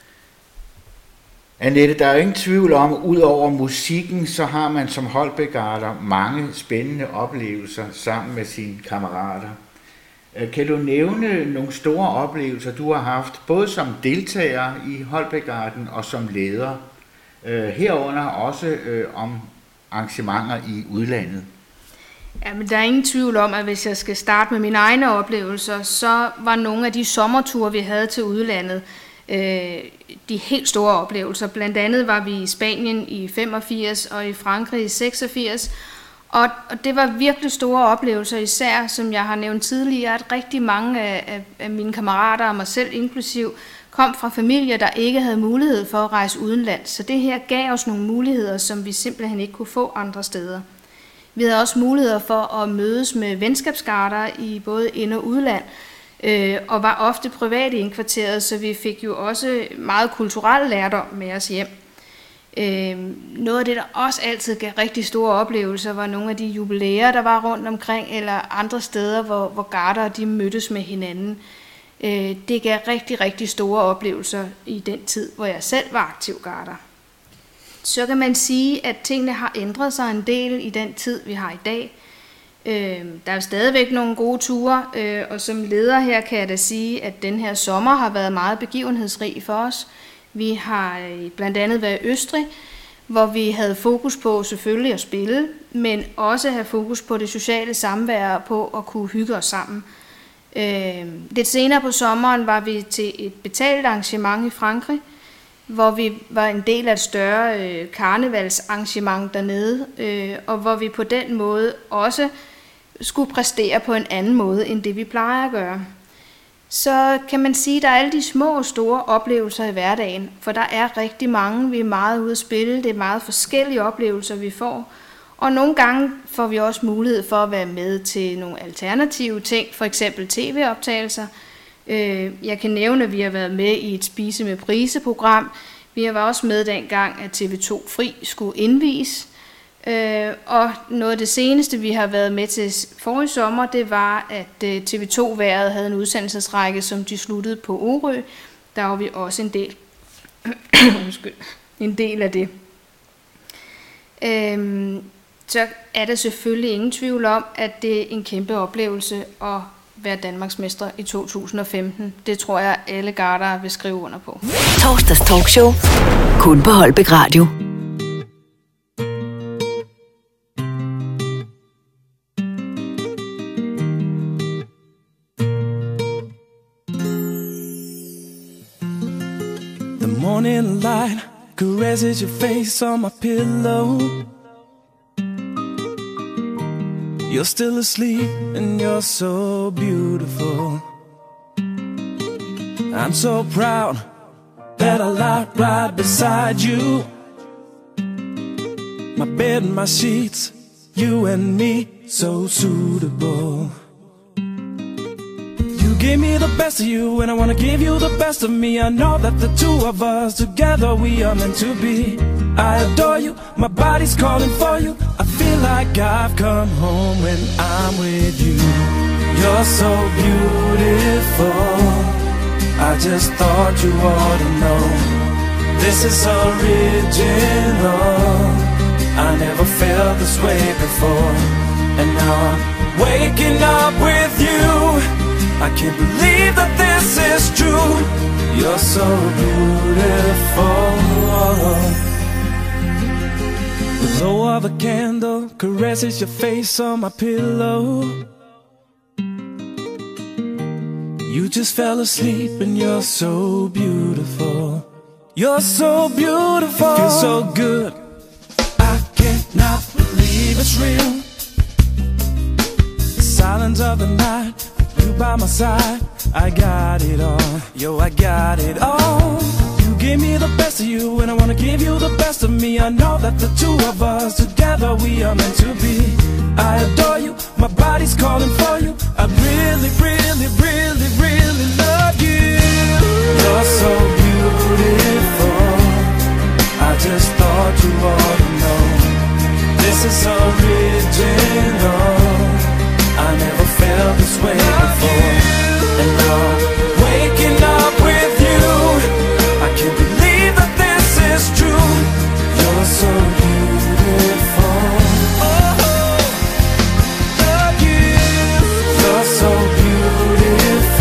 Speaker 2: Annette, der er ingen tvivl om, at ud over musikken, så har man som Holbækarter mange spændende oplevelser sammen med sine kammerater. Kan du nævne nogle store oplevelser, du har haft, både som deltager i Holbækarten og som leder, herunder også om arrangementer i udlandet?
Speaker 3: Ja, men der er ingen tvivl om, at hvis jeg skal starte med mine egne oplevelser, så var nogle af de sommerture, vi havde til udlandet, de helt store oplevelser. Blandt andet var vi i Spanien i 85 og i Frankrig i 86, og det var virkelig store oplevelser, især som jeg har nævnt tidligere, at rigtig mange af mine kammerater og mig selv inklusiv kom fra familier, der ikke havde mulighed for at rejse udenlands. Så det her gav os nogle muligheder, som vi simpelthen ikke kunne få andre steder. Vi havde også muligheder for at mødes med venskabsgarter i både ind- og udland, og var ofte privat indkvarteret, så vi fik jo også meget kulturel lærdom med os hjem. Noget af det, der også altid gav rigtig store oplevelser, var nogle af de jubilæer, der var rundt omkring, eller andre steder, hvor gardere de mødtes med hinanden. Det gav rigtig, rigtig store oplevelser i den tid, hvor jeg selv var aktiv garder. Så kan man sige, at tingene har ændret sig en del i den tid, vi har i dag. Der er stadigvæk nogle gode ture, og som leder her kan jeg da sige, at den her sommer har været meget begivenhedsrig for os. Vi har blandt andet været i Østrig, hvor vi havde fokus på selvfølgelig at spille, men også have fokus på det sociale samvær og på at kunne hygge os sammen. Lidt senere på sommeren var vi til et betalt arrangement i Frankrig, hvor vi var en del af et større karnevalsarrangement dernede, og hvor vi på den måde også skulle præstere på en anden måde, end det vi plejer at gøre. Så kan man sige, at der er alle de små og store oplevelser i hverdagen, for der er rigtig mange, vi er meget ude at spille, det er meget forskellige oplevelser, vi får, og nogle gange får vi også mulighed for at være med til nogle alternative ting, for eksempel tv-optagelser. Jeg kan nævne, at vi har været med i et Spise med Prise-program. Vi var også med dengang, at TV2 Fri skulle indvies. Og noget af det seneste, vi har været med til forrige sommer, det var, at TV2 Vejret havde en udsendelsesrække, som de sluttede på Orø. Der var vi også en del af det. Så er der selvfølgelig ingen tvivl om, at det er en kæmpe oplevelse at være Danmarksmester i 2015. Det tror jeg, alle gardere vil skrive under på.
Speaker 1: Torsdags talkshow. Kun på Holbæk Radio.
Speaker 11: The morning light caresses your face on my pillow. You're still asleep and you're so beautiful. I'm so proud that I lie right beside you. My bed and my sheets, you and me, so suitable. You gave me the best of you and I wanna give you the best of me. I know that the two of us together we are meant to be. I adore you, my body's calling for you. I feel like I've come home when I'm with you. You're so beautiful, I just thought you ought to know. This is original, I never felt this way before. And now I'm waking up with you, I can't believe that this is true. You're so beautiful. The glow of a candle caresses your face on my pillow. You just fell asleep and you're so beautiful. You're so beautiful. Feels so good, I cannot believe it's real. The silence of the night, you by my side, I got it all. Yo, I got it all. You gave me the best of you and I wanna give you the best of me. I know that the two of us together we are meant to be. I adore you, my body's calling for you. I really, really, really, really love you. You're so beautiful, I just thought you ought to know. This is original, I never felt this way before. And now I'm waking up with you, I can't believe that this is true. You're so beautiful. Oh, love you. You're so beautiful.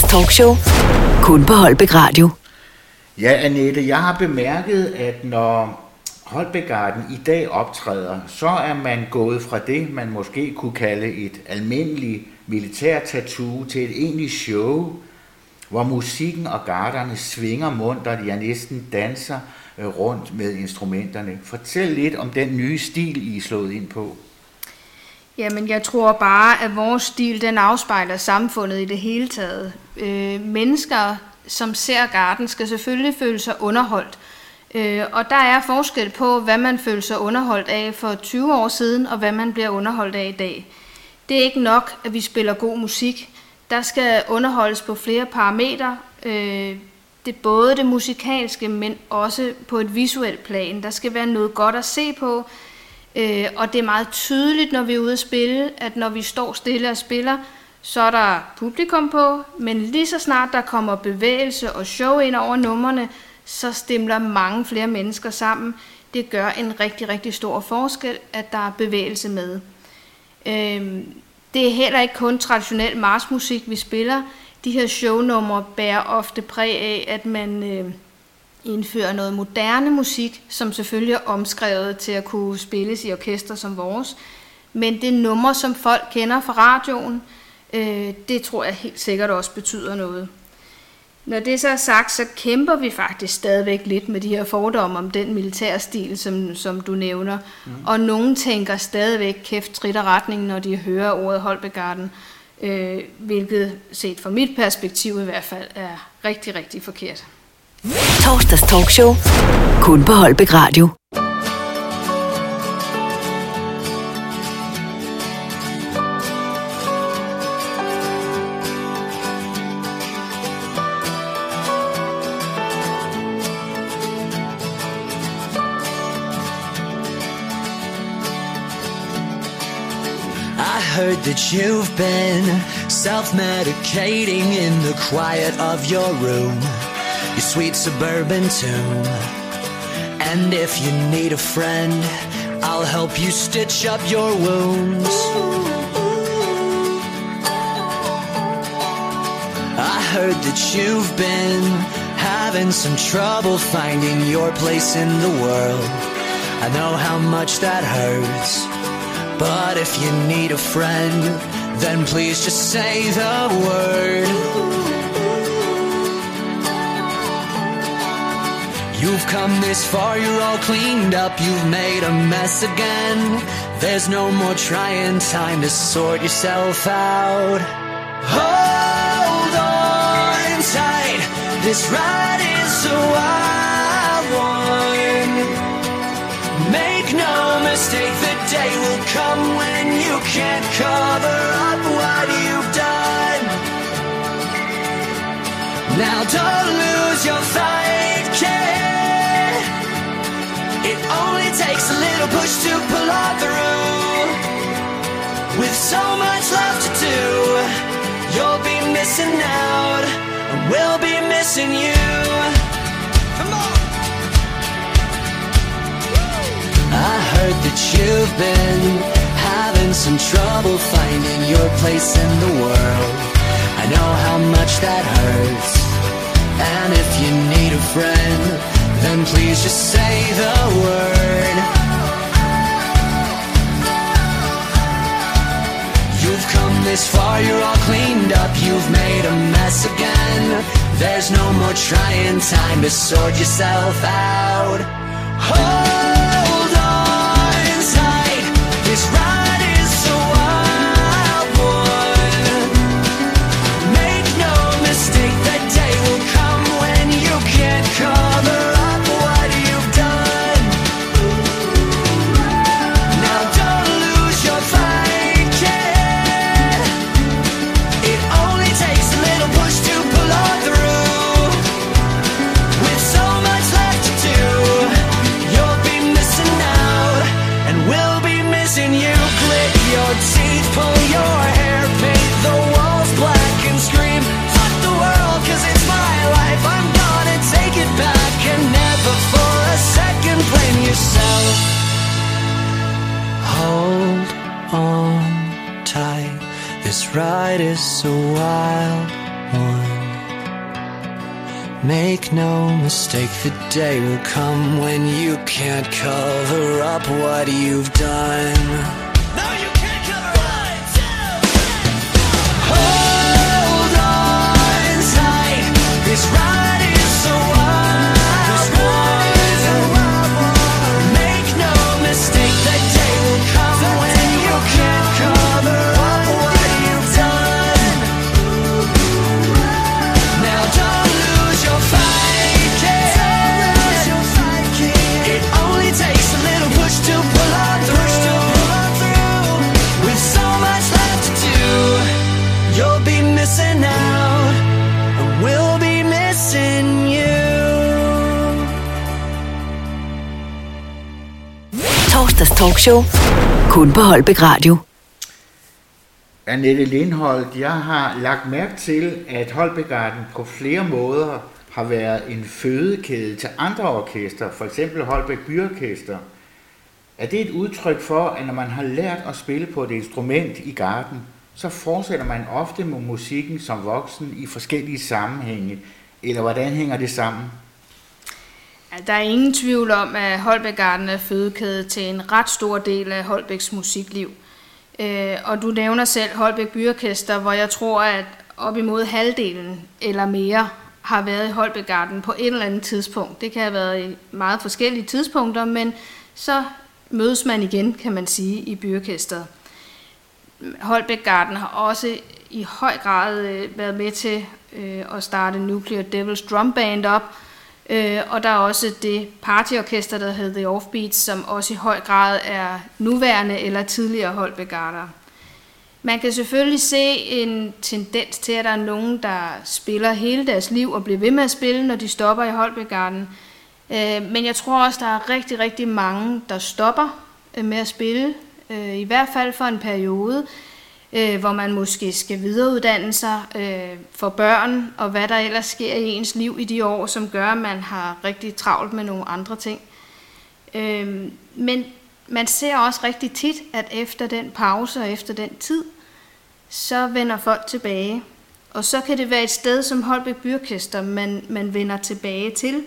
Speaker 1: talkshow. Kun på Holbæk Radio.
Speaker 2: Ja, Annette, jeg har bemærket, at når Holbækgarden i dag optræder, så er man gået fra det, man måske kunne kalde et almindeligt militærtattoo til et egentligt show, hvor musikken og garderne svinger muntert, ja næsten danser rundt med instrumenterne. Fortæl lidt om den nye stil, I er slået ind på.
Speaker 3: Jamen, jeg tror bare, at vores stil, den afspejler samfundet i det hele taget. Mennesker, som ser garden, skal selvfølgelig føle sig underholdt. Og der er forskel på, hvad man føler sig underholdt af for 20 år siden, og hvad man bliver underholdt af i dag. Det er ikke nok, at vi spiller god musik. Der skal underholdes på flere parametre. Det er både det musikalske, men også på et visuelt plan. Der skal være noget godt at se på. Og det er meget tydeligt, når vi er ude at spille, at når vi står stille og spiller, så er der publikum på. Men lige så snart der kommer bevægelse og show ind over numrene, så stimler mange flere mennesker sammen. Det gør en rigtig, rigtig stor forskel, at der er bevægelse med. Det er heller ikke kun traditionel marchmusik, vi spiller. De her shownumre bærer ofte præg af, at man indfører noget moderne musik, som selvfølgelig er omskrevet til at kunne spilles i orkester som vores. Men det er numre, som folk kender fra radioen. Det tror jeg helt sikkert også betyder noget. Når det så er sagt, så kæmper vi faktisk stadigvæk lidt med de her fordomme om den militærstil, som du nævner. Og nogen tænker stadigvæk kæft, trit og retning, når de hører ordet Holbækgarden. Hvilket set fra mit perspektiv i hvert fald er rigtig, rigtig forkert.
Speaker 1: Torsdags talkshow. Kun på Holbæk Radio.
Speaker 11: I heard that you've been self-medicating in the quiet of your room, your sweet suburban tomb. And if you need a friend, I'll help you stitch up your wounds. I heard that you've been having some trouble finding your place in the world. I know how much that hurts. But if you need a friend, then please just say the word. You've come this far, you're all cleaned up, you've made a mess again. There's no more trying, time to sort yourself out. Hold on tight, this ride is a wild one. Make no mistake, the day will come when you can't cover up what you've done. Now don't lose your fight, kid. It only takes a little push to pull on through. With so much left to do, you'll be missing out, and we'll be missing you. Come on! I heard that you've been having some trouble finding your place in the world. I know how much that hurts. And if you need a friend, then please just say the word. You've come this far, you're all cleaned up, you've made a mess again. There's no more trying, time to sort yourself out. Hold on tight, this ride is a wild one. Make no mistake, that day will come when you can't cover up what you've done. Now don't lose your fight, kid. It only takes a little push to pull on through. With so much left to do, you'll be missing out, and we'll be missing you. Grit your teeth, pull your hair, paint the walls black and scream, fuck the world, cause it's my life, I'm gonna take it back. And never for a second blame yourself. Hold on tight, this ride is a wild one. Make no mistake, the day will come when you can't cover up what you've done. No, you can't cover up. Hold on tight. This ride is so wild. This ride is a wild one. Make no mistake, the day will come when you can't cover up what you've done. Now don't lose your fight, kid. It only takes a little push to pull on through. With so much left to do, you'll be missing out, and we'll be missing you.
Speaker 1: Torsdags talkshow. Kun på Holbæk Radio.
Speaker 2: Annette Lindholt, jeg har lagt mærke til, at Holbækgarden på flere måder har været en fødekæde til andre orkester, for eksempel Holbæk Byorkester. Er det et udtryk for, at når man har lært at spille på et instrument i garden, så fortsætter man ofte med musikken som voksen i forskellige sammenhænge, eller hvordan hænger det sammen?
Speaker 3: Ja, der er ingen tvivl om, at Holbækgarden er fødekæde til en ret stor del af Holbæks musikliv. Og du nævner selv Holbæk Byorkester, hvor jeg tror, at op imod halvdelen eller mere har været i Holbækgarden på et eller andet tidspunkt. Det kan have været i meget forskellige tidspunkter, men så mødes man igen, kan man sige, i Byorkesteret. Holbækgarden har også i høj grad været med til at starte Nuclear Devils Drum Band op, og der er også det partyorkester, der hedder The Offbeats, som også i høj grad er nuværende eller tidligere Holbækgarder. Man kan selvfølgelig se en tendens til, at der er nogen, der spiller hele deres liv og bliver ved med at spille, når de stopper i Holbækgarden. Men jeg tror også, der er rigtig, rigtig mange, der stopper med at spille, i hvert fald for en periode, hvor man måske skal videreuddanne sig for børn, og hvad der ellers sker i ens liv i de år, som gør, at man har rigtig travlt med nogle andre ting. Men man ser også rigtig tit, at efter den pause og efter den tid, så vender folk tilbage. Og så kan det være et sted som Holbæk Byorkester, man vender tilbage til,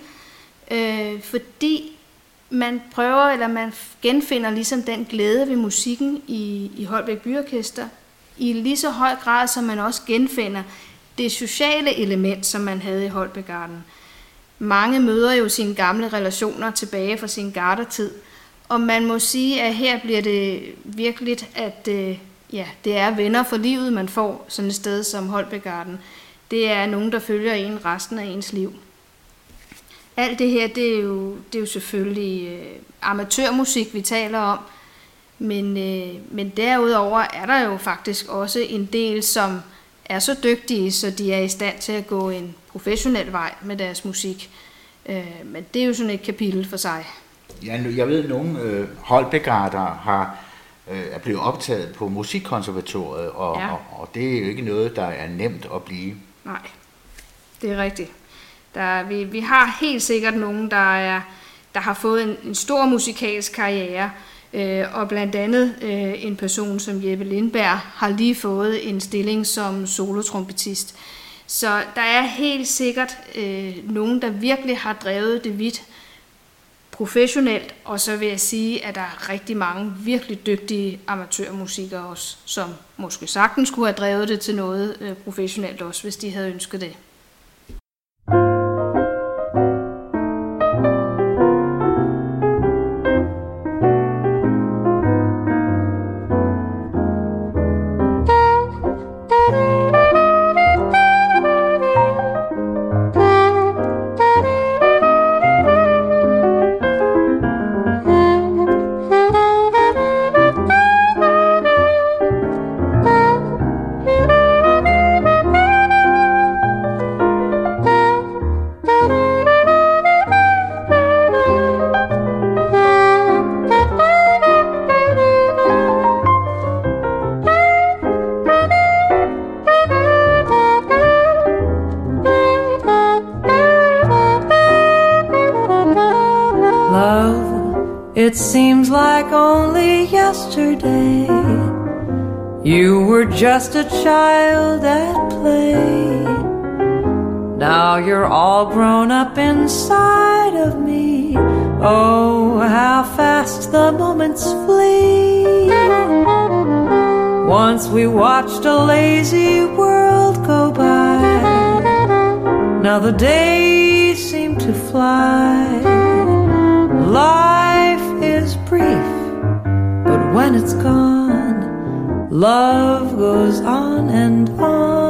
Speaker 3: fordi man prøver, eller man genfinder ligesom den glæde ved musikken i Holbæk Byorkester, i lige så høj grad, som man også genfinder det sociale element, som man havde i Holbækgarden. Mange møder jo sine gamle relationer tilbage fra sin gardertid, og man må sige, at her bliver det virkelig, at det er venner for livet, man får sådan et sted som Holbækgarden. Det er nogen, der følger en resten af ens liv. Alt det her, det er jo selvfølgelig amatørmusik, vi taler om, men derudover er der jo faktisk også en del, som er så dygtige, så de er i stand til at gå en professionel vej med deres musik. Men det er jo sådan et kapitel for sig.
Speaker 2: Ja, jeg ved, at nogle Holbækgarder er blevet optaget på Musikkonservatoriet, og det er jo ikke noget, der er nemt at blive.
Speaker 3: Nej, det er rigtigt. Vi har helt sikkert nogen, der har fået en stor musikalsk karriere, og blandt andet en person som Jeppe Lindberg har lige fået en stilling som solotrompetist. Så der er helt sikkert nogen, der virkelig har drevet det vidt professionelt, og så vil jeg sige, at der er rigtig mange virkelig dygtige amatørmusikere også, som måske sagtens skulle have drevet det til noget professionelt også, hvis de havde ønsket det.
Speaker 11: It seems like only yesterday you were just a child at play. Now you're all grown up inside of me. Oh, how fast the moments flee. Once we watched a lazy world go by. Now the days seem to fly. Life is brief, but when it's gone, love goes on and on.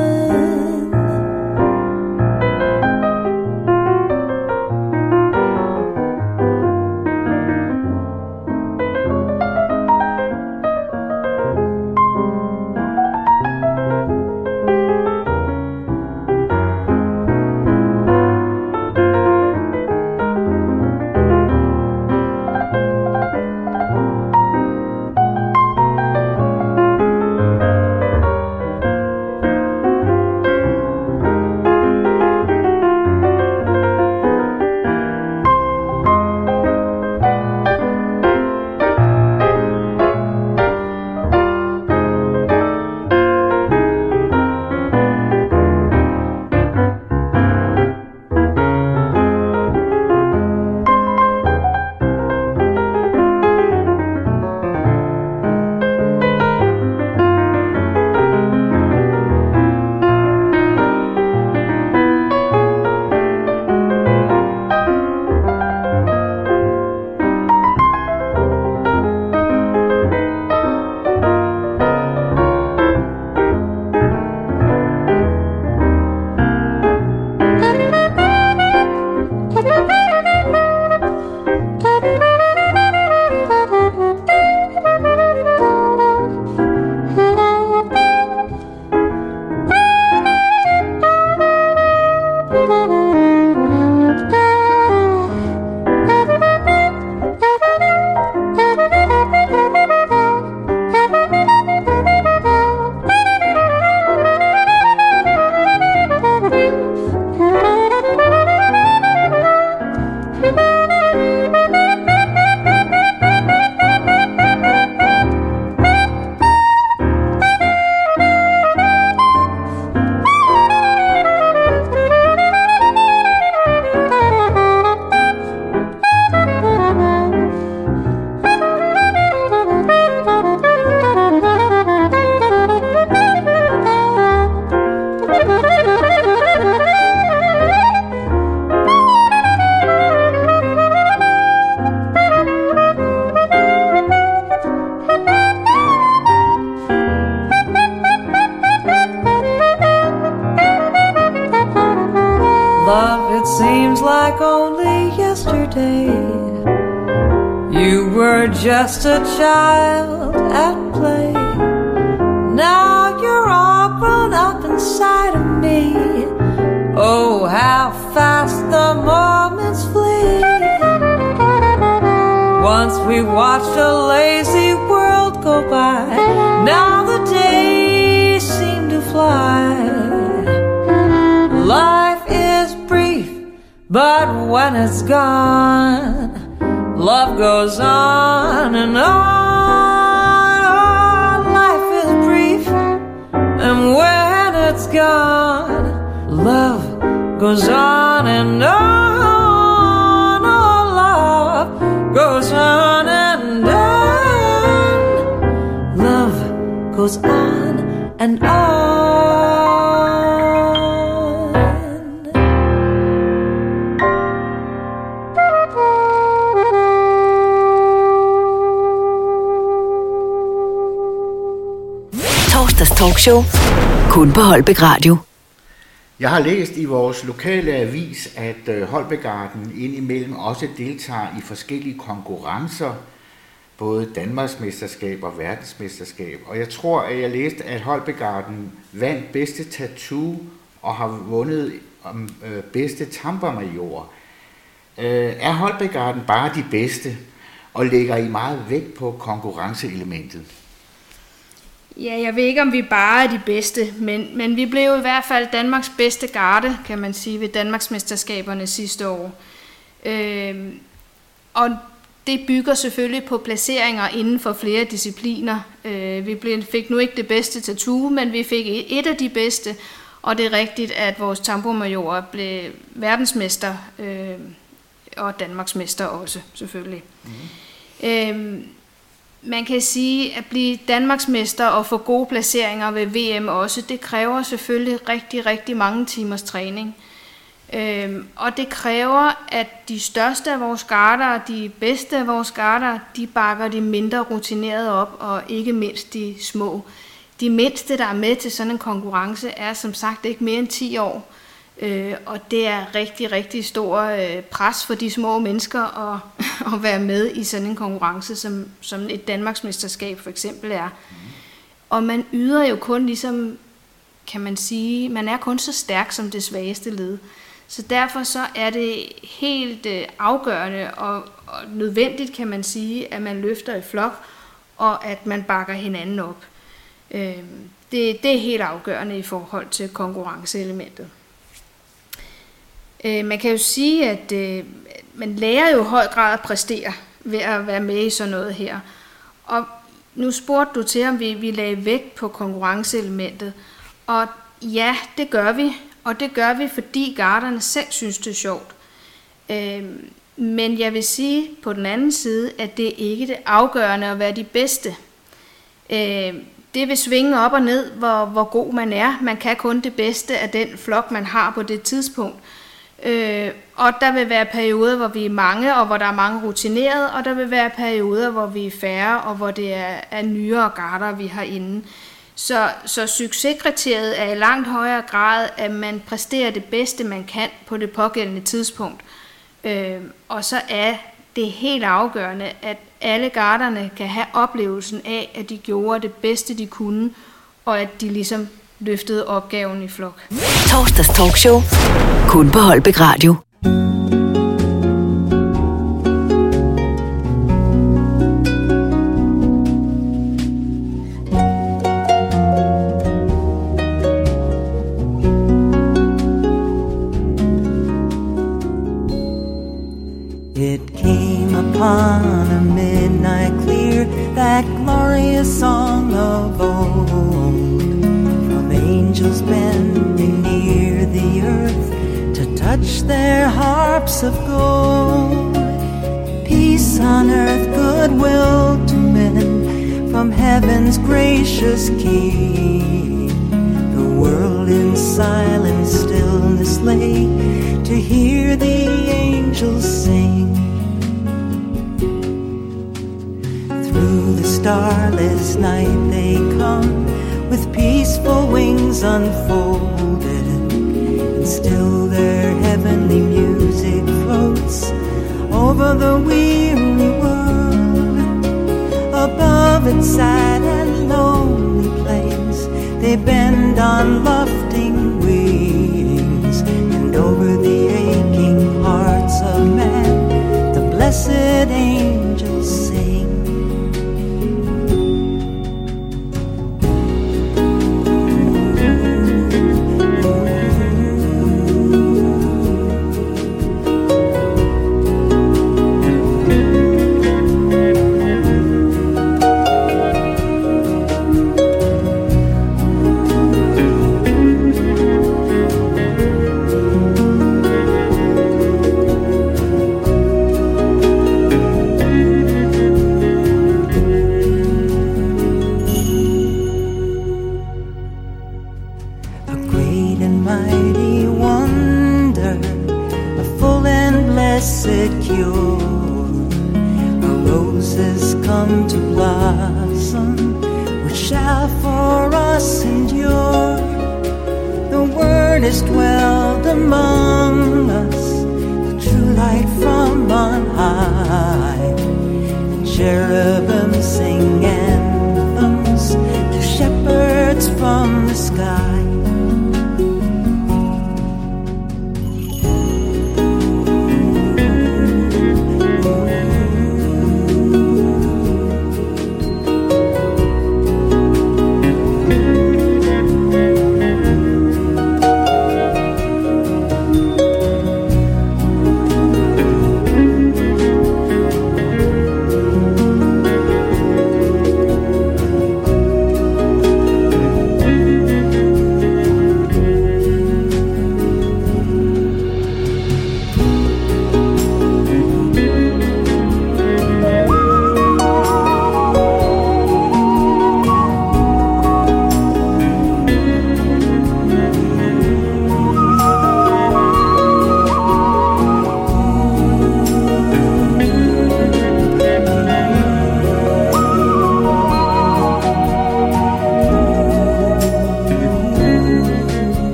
Speaker 11: Just a child at play. Now you're all grown up inside of me. Oh, how fast the moments flee. Once we watched a lazy world go by. Now the days seem to fly. Life is brief, but when it's gone, love goes on and on. Life is brief, and when it's gone, love goes on and on. Oh, love goes on and on. Love goes on and on.
Speaker 1: Torsdags talkshow. Kun på Holbæk Radio.
Speaker 2: Jeg har læst i vores lokale avis, at Holbækgarden indimellem også deltager i forskellige konkurrencer, både Danmarksmesterskab og verdensmesterskab. Og jeg tror, at jeg læste, at Holbækgarden vandt bedste tattoo og har vundet bedste tampermajor. Er Holbækgarden bare de bedste, og lægger I meget vægt på konkurrenceelementet?
Speaker 3: Ja, jeg ved ikke, om vi bare er de bedste, men vi blev i hvert fald Danmarks bedste garde, kan man sige, ved Danmarksmesterskaberne sidste år. Og det bygger selvfølgelig på placeringer inden for flere discipliner. Vi fik nu ikke det bedste tattoo, men vi fik et af de bedste. Og det er rigtigt, at vores tambourmajorer blev verdensmester og Danmarksmester også, selvfølgelig. Man kan sige, at blive Danmarksmester og få gode placeringer ved VM også, det kræver selvfølgelig rigtig, rigtig mange timers træning. Og det kræver, at de største af vores garder, de bedste af vores garder, de bakker de mindre rutinerede op, og ikke mindst de små. De mindste, der er med til sådan en konkurrence, er som sagt ikke mere end 10 år. Og det er rigtig, rigtig stor pres for de små mennesker at være med i sådan en konkurrence, som et Danmarksmesterskab for eksempel er. Og man yder jo kun ligesom, kan man sige, man er kun så stærk som det svageste led. Så derfor så er det helt afgørende og nødvendigt, kan man sige, at man løfter i flok, og at man bakker hinanden op. Det er helt afgørende i forhold til konkurrenceelementet. Man kan jo sige, at man lærer jo i høj grad at præstere ved at være med i sådan noget her. Og nu spurgte du til, om vi lagde vægt på konkurrenceelementet. Og ja, det gør vi. Og det gør vi, fordi garderne selv synes, det er sjovt. Men jeg vil sige på den anden side, at det ikke er det afgørende at være de bedste. Det vil svinge op og ned, hvor god man er. Man kan kun det bedste af den flok, man har på det tidspunkt. Og der vil være perioder, hvor vi er mange, og hvor der er mange rutinerede, og der vil være perioder, hvor vi er færre, og hvor det er nyere garder, vi har inde. Så succeskriteriet er i langt højere grad, at man præsterer det bedste, man kan på det pågældende tidspunkt. Og så er det helt afgørende, at alle garderne kan have oplevelsen af, at de gjorde det bedste, de kunne, og at de ligesom løftede opgaven i flok.
Speaker 1: Torsdags talkshow. Kun på Holbæk Radio.
Speaker 11: It came upon a midnight clear, that glorious song of old, from angels bending near the earth to touch their harps of gold. Peace on earth, goodwill to men, from heaven's gracious King. The world in silent stillness lay to hear the angels sing. Through the starless night they come, with peaceful wings unfolded, and still their heavenly music floats over the weary world. Above its sad and lonely plains they bend on lofting wings, and over the aching hearts of men the blessed angels sing.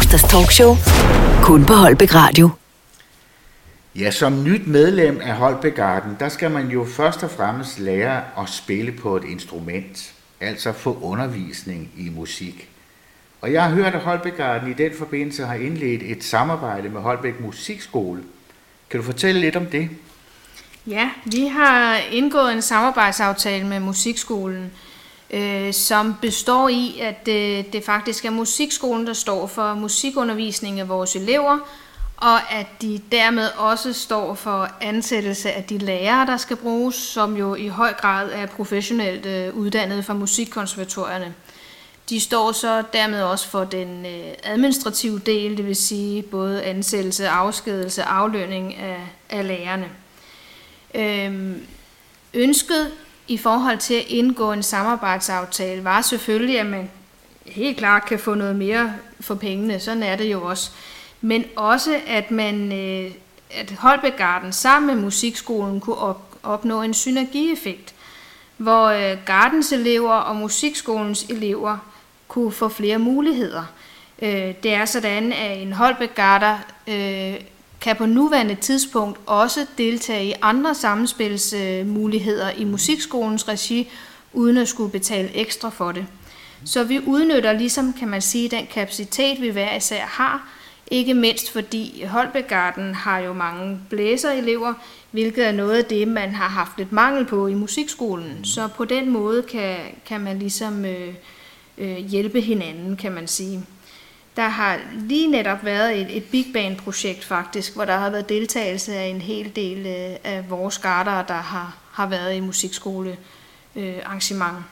Speaker 1: Torsdags talkshow. Kun på Holbæk Radio.
Speaker 2: Ja, som nyt medlem af Holbækgarden, der skal man jo først og fremmest lære at spille på et instrument. Altså få undervisning i musik. Og jeg har hørt, at Holbækgarden i den forbindelse har indledt et samarbejde med Holbæk Musikskole. Kan du fortælle lidt om det?
Speaker 3: Ja, vi har indgået en samarbejdsaftale med Musikskolen, som består i, at det faktisk er Musikskolen, der står for musikundervisning af vores elever, og at de dermed også står for ansættelse af de lærere, der skal bruges, som jo i høj grad er professionelt uddannet fra musikkonservatorierne. De står så dermed også for den administrative del, det vil sige både ansættelse, afskedelse og aflønning af lærerne. Ønsket i forhold til at indgå en samarbejdsaftale var selvfølgelig, at man helt klart kan få noget mere for pengene, sådan er det jo også. Men også at Holbækgarden sammen med Musikskolen kunne opnå en synergieffekt, hvor Gardens elever og Musikskolens elever kunne få flere muligheder. Det er sådan, at en Holbækgarder kan på nuværende tidspunkt også deltage i andre sammenspilsmuligheder i Musikskolens regi, uden at skulle betale ekstra for det. Så vi udnytter ligesom, kan man sige, den kapacitet, vi hver især har, ikke mindst fordi Holbækgarden har jo mange blæserelever, hvilket er noget af det, man har haft lidt mangel på i Musikskolen. Så på den måde kan man ligesom hjælpe hinanden, kan man sige. Der har lige netop været et Big Band-projekt faktisk, hvor der har været deltagelse af en hel del af vores gardere, der har været i musikskole-arrangement.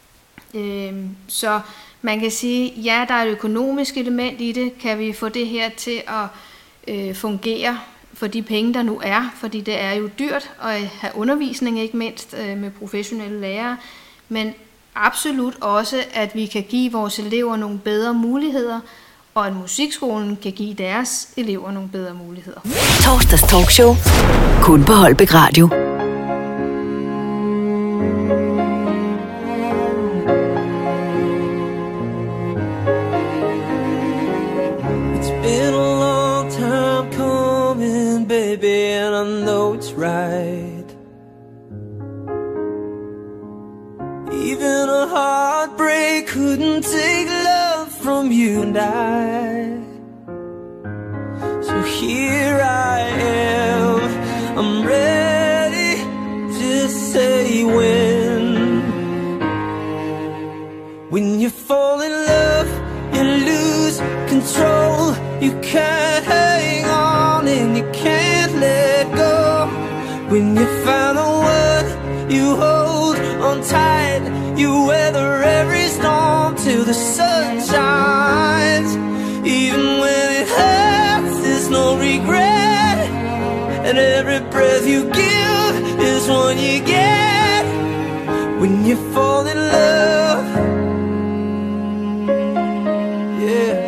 Speaker 3: Så man kan sige, ja, der er et økonomisk element i det. Kan vi få det her til at fungere for de penge, der nu er? Fordi det er jo dyrt at have undervisning, ikke mindst med professionelle lærere. Men absolut også, at vi kan give vores elever nogle bedre muligheder, og at Musikskolen kan give deres elever nogle bedre muligheder.
Speaker 1: Torsdags talkshow. Kun på Holbæk Radio.
Speaker 11: Been a long time coming, baby, and I know it's right. Even a heartbreak couldn't take love from you and I. So here I am, I'm ready to say when you fall in love, you lose control. You can't hang on and you can't let go. When you find the one you hold on tight, you weather every storm till the sun shines. Even when it hurts, there's no regret, and every breath you give is one you get. When you fall in love, yeah.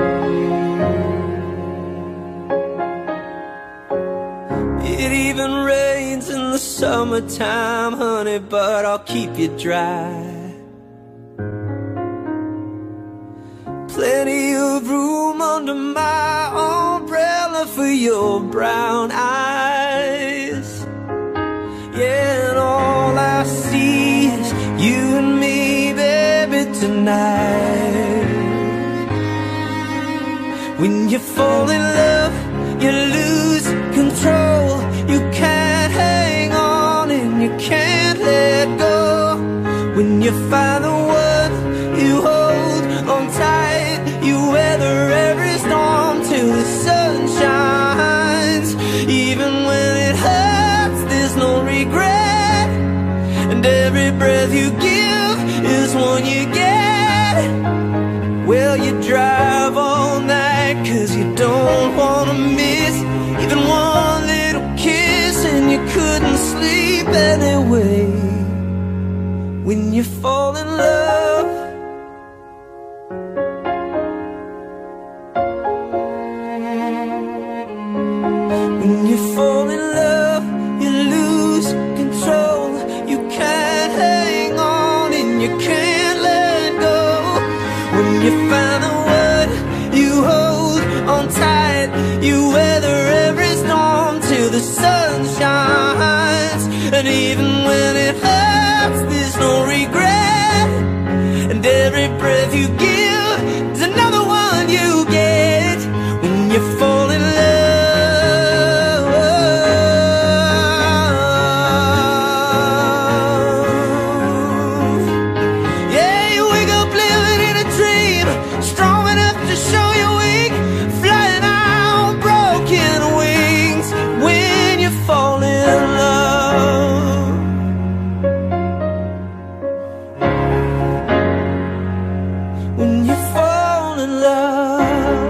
Speaker 11: It even rains in the summertime, honey, but I'll keep you dry. Plenty of room under my umbrella for your brown eyes. Yeah, and all I see is you and me, baby, tonight. When you fall in love, you lose control. You can't hang on and you can't let go. When you find the one you hold on tight, you weather every storm till the sun shines. Even when it hurts, there's no regret, and every breath you give is one you get. Well, you drive all night 'cause you don't wanna miss even one little kiss, and you couldn't sleep anyway. When you fall in love, when you fall in love, you lose control. You can't hang on and you can't let go. When you find the one you hold and every breath you give is another one you get when you fall in love. Yeah, you wake up living in a dream, strong enough to show you're weak, flying on broken wings when you fall in love. When you fall in love.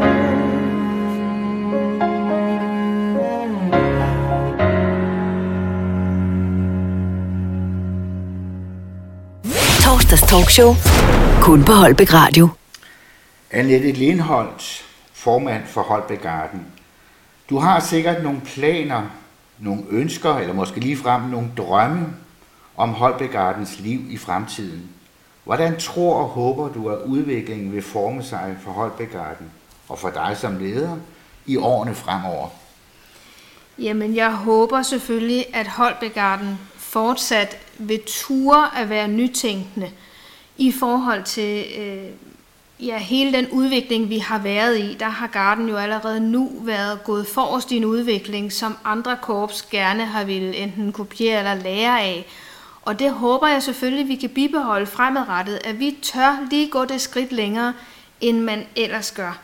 Speaker 1: Torsdags talkshow. Kun på Holbæk Radio.
Speaker 2: Annette Lindholt, formand for Holbæk Garden. Du har sikkert nogle planer, nogle ønsker, eller måske ligefrem nogle drømme om Holbæk Gardens liv i fremtiden. Hvordan tror og håber du, at udviklingen vil forme sig for Holbæk Garden og for dig som leder i årene fremover?
Speaker 3: Jamen, jeg håber selvfølgelig, at Holbæk Garden fortsat vil ture at være nytænkende i forhold til hele den udvikling, vi har været i. Der har Garden jo allerede nu været gået forrest i en udvikling, som andre korps gerne har ville enten kopiere eller lære af. Og det håber jeg selvfølgelig, vi kan bibeholde fremadrettet, at vi tør lige gå det skridt længere, end man ellers gør.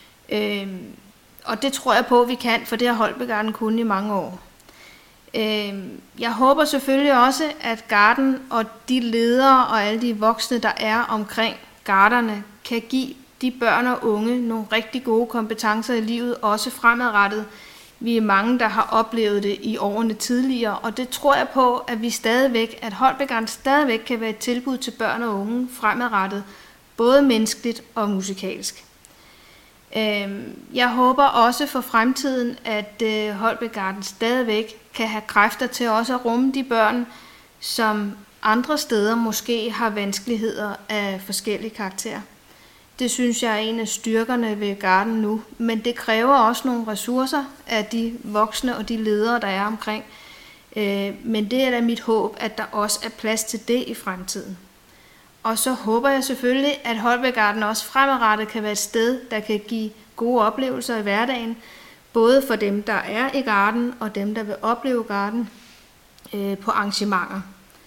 Speaker 3: Og det tror jeg på, vi kan, for det har Holbæk Garden kun i mange år. Jeg håber selvfølgelig også, at Garden og de ledere og alle de voksne, der er omkring garderne, kan give de børn og unge nogle rigtig gode kompetencer i livet, også fremadrettet. Vi er mange, der har oplevet det i årene tidligere, og det tror jeg på, at vi stadigvæk, at Holbæk Garden stadigvæk kan være et tilbud til børn og unge fremadrettet, både menneskeligt og musikalsk. Jeg håber også for fremtiden, at Holbæk Garden stadigvæk kan have kræfter til også at rumme de børn, som andre steder måske har vanskeligheder af forskellige karakterer. Det synes jeg er en af styrkerne ved Garden nu, men det kræver også nogle ressourcer af de voksne og de ledere, der er omkring. Men det er da mit håb, at der også er plads til det i fremtiden. Og så håber jeg selvfølgelig, at Holbæk Garden også fremadrettet kan være et sted, der kan give gode oplevelser i hverdagen, både for dem, der er i Garden, og dem, der vil opleve Garden på arrangementer.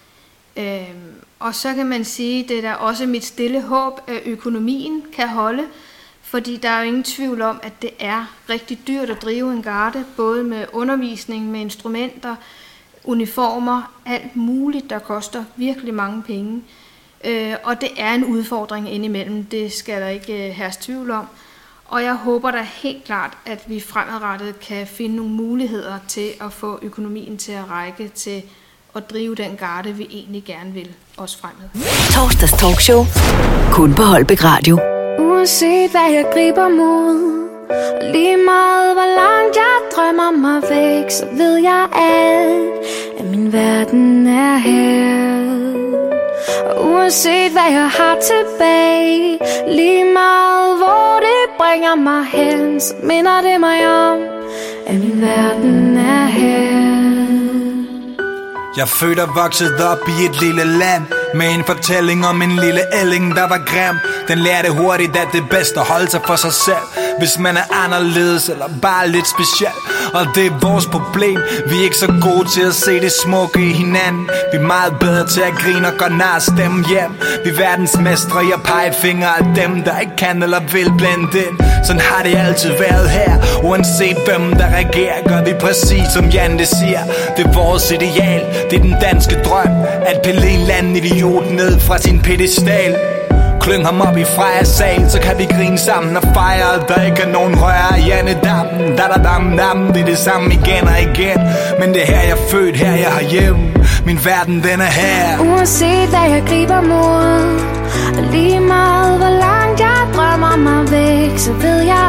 Speaker 3: Og så kan man sige, det er da også mit stille håb, at økonomien kan holde, fordi der er jo ingen tvivl om, at det er rigtig dyrt at drive en garde, både med undervisning, med instrumenter, uniformer, alt muligt, der koster virkelig mange penge. Og det er en udfordring indimellem, det skal der ikke herske tvivl om. Og jeg håber da helt klart, at vi fremadrettet kan finde nogle muligheder til at få økonomien til at række til at drive den garde, vi egentlig gerne vil, også fremad.
Speaker 1: Torsdags talkshow. Kun på Holbæk Radio.
Speaker 12: Uanset hvad jeg griber mod, og lige meget hvor langt jeg drømmer mig væk, så ved jeg at min verden er her. Og uanset hvad jeg har tilbage, lige meget hvor det bringer mig hen, så minder det mig om, at min verden er her.
Speaker 15: Jeg er født og vokset op i et lille land, med en fortælling om en lille ælling, der var grim. Den lærte hurtigt, at det er bedst at holde sig for sig selv, hvis man er anderledes eller bare lidt speciel. Og det er vores problem, vi er ikke så gode til at se det smukke i hinanden. Vi er meget bedre til at grine og gå nær og stemme hjem. Vi er verdensmestre i at pege fingre af dem, der ikke kan eller vil blende ind. Sådan har det altid været her, uanset hvem der regerer, gør vi præcis som Jan det siger. Det er vores ideal, det er den danske drøm, at pille en eller anden idiot ned fra sin pedestal. Klyng ham op i Freja sal, så kan vi grine sammen og fejre, at der ikke er nogen rør i Annedammen. Da-da-dam-dam, det er det samme igen og igen. Men det er her jeg er født, her jeg har hjemme. Min verden den er her.
Speaker 12: Uanset hvad jeg griber mod, og lige meget hvor langt jeg drømmer mig væk, så ved jeg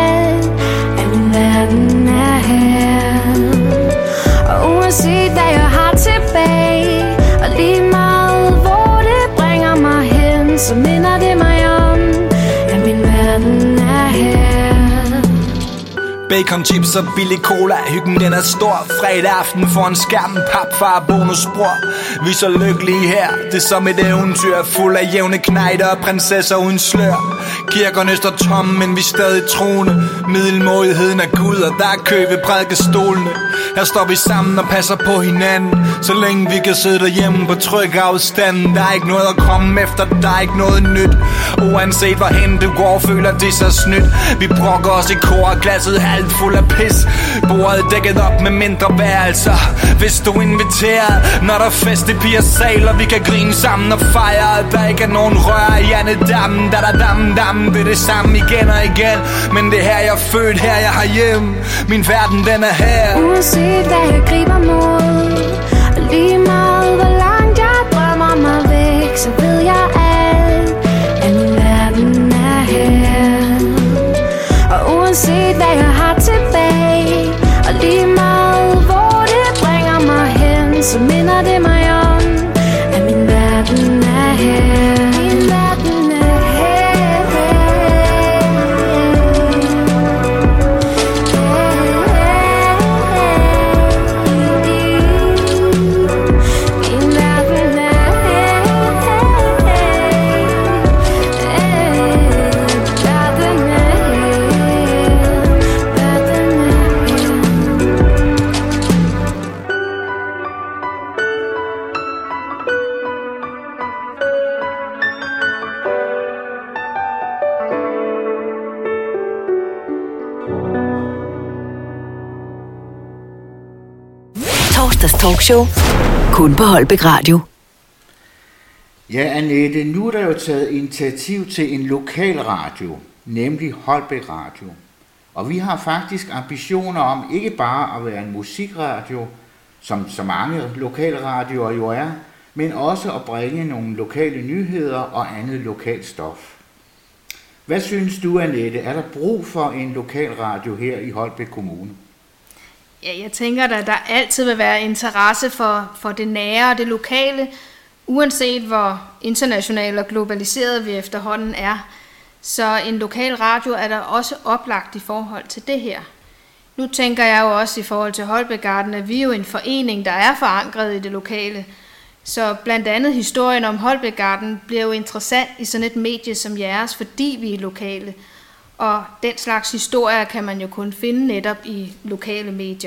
Speaker 12: at min verden er her. Og uanset hvad jeg har tilbage, og lige meget hvor det bringer mig hen, så minder det mig om, at min verden er her.
Speaker 15: Bacon, chips og billig cola. Hyggen den er stor. Fredag aften foran skærmen, papfar, bonusbror. Vi er så lykkelige her. Det er som et eventyr fuld af jævne knejder og prinsesser uden slør. Kirkerne står tomme, men vi er stadig troende. Middelmådigheden er Gud, og der er kø ved prædikestolene. Her står vi sammen og passer på hinanden, så længe vi kan sidde derhjemme på tryg afstanden. Der er ikke noget at komme efter, der er ikke noget nyt. Uanset hvorhen du går, føler det så snydt. Vi brokker os i kor, glasset halvt fuld af pis. Bordet dækket op med mindre værelser. Hvis du inviterer, når der er fest i Piers sal, og vi kan grine sammen og fejre, at der ikke er nogen rør i Janne-dammen. Da der dammen, det er det samme igen og igen. Men det er her jeg er født, her jeg har hjem. Min verden den er her.
Speaker 12: Uanset hvad jeg griber mod, og lige meget hvor langt jeg drømmer mig væk, så ved jeg alt, at min verden er her. Og uanset hvad jeg har tilbage, og lige meget hvor det bringer mig hen, så minder det mig om, at min verden er her. Min verden er her.
Speaker 1: Talkshow. Kun på Holbæk Radio.
Speaker 2: Ja, Annette, nu er der jo taget initiativ til en lokal radio, nemlig Holbæk Radio. Og vi har faktisk ambitioner om ikke bare at være en musikradio, som så mange lokalradioer jo er, men også at bringe nogle lokale nyheder og andet lokalt stof. Hvad synes du, Annette? Er der brug for en lokalradio her i Holbæk Kommune?
Speaker 3: Ja, jeg tænker, at der altid vil være interesse for det nære og det lokale, uanset hvor international og globaliseret vi efterhånden er. Så en lokal radio er der også oplagt i forhold til det her. Nu tænker jeg jo også i forhold til Holbækgarden, at vi er jo en forening, der er forankret i det lokale. Så blandt andet historien om Holbækgarden bliver jo interessant i sådan et medie som jeres, fordi vi er lokale. Og den slags historier kan man jo kun finde netop i lokale medier.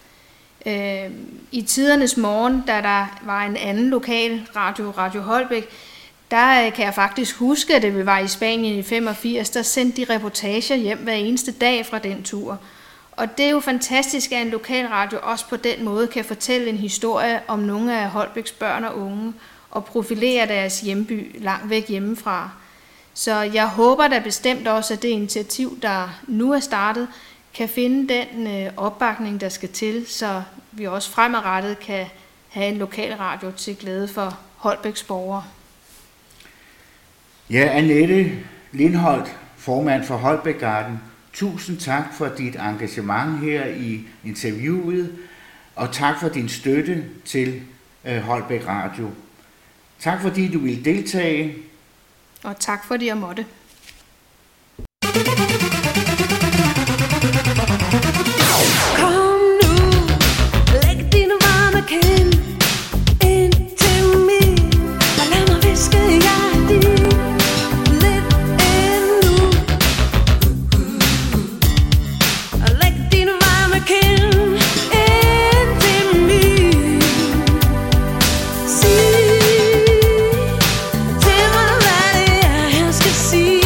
Speaker 3: I tidernes morgen, da der var en anden lokal radio, Radio Holbæk, der kan jeg faktisk huske, at vi var i Spanien i 85, der sendte de reportager hjem hver eneste dag fra den tur. Og det er jo fantastisk, at en lokal radio også på den måde kan fortælle en historie om nogle af Holbæks børn og unge, og profilere deres hjemby langt væk hjemmefra. Så jeg håber da bestemt også, at det initiativ, der nu er startet, kan finde den opbakning, der skal til, så vi også fremadrettet kan have en lokal radio til glæde for Holbæks borgere.
Speaker 2: Ja, Annette Lindholt, formand for Holbækgarden, tusind tak for dit engagement her i interviewet, og tak for din støtte til Holbæk Radio. Tak fordi du ville deltage.
Speaker 3: Og tak fordi jeg måtte.
Speaker 11: Kom nu, læg dine varme kind ind til mig, og lad mig hviske hjertet lidt endnu. Og læg dine varme kind ind til mig. Sig til mig, hvad det er, jeg skal sige.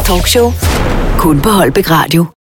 Speaker 1: Talkshow. Kun på Holbæk Radio.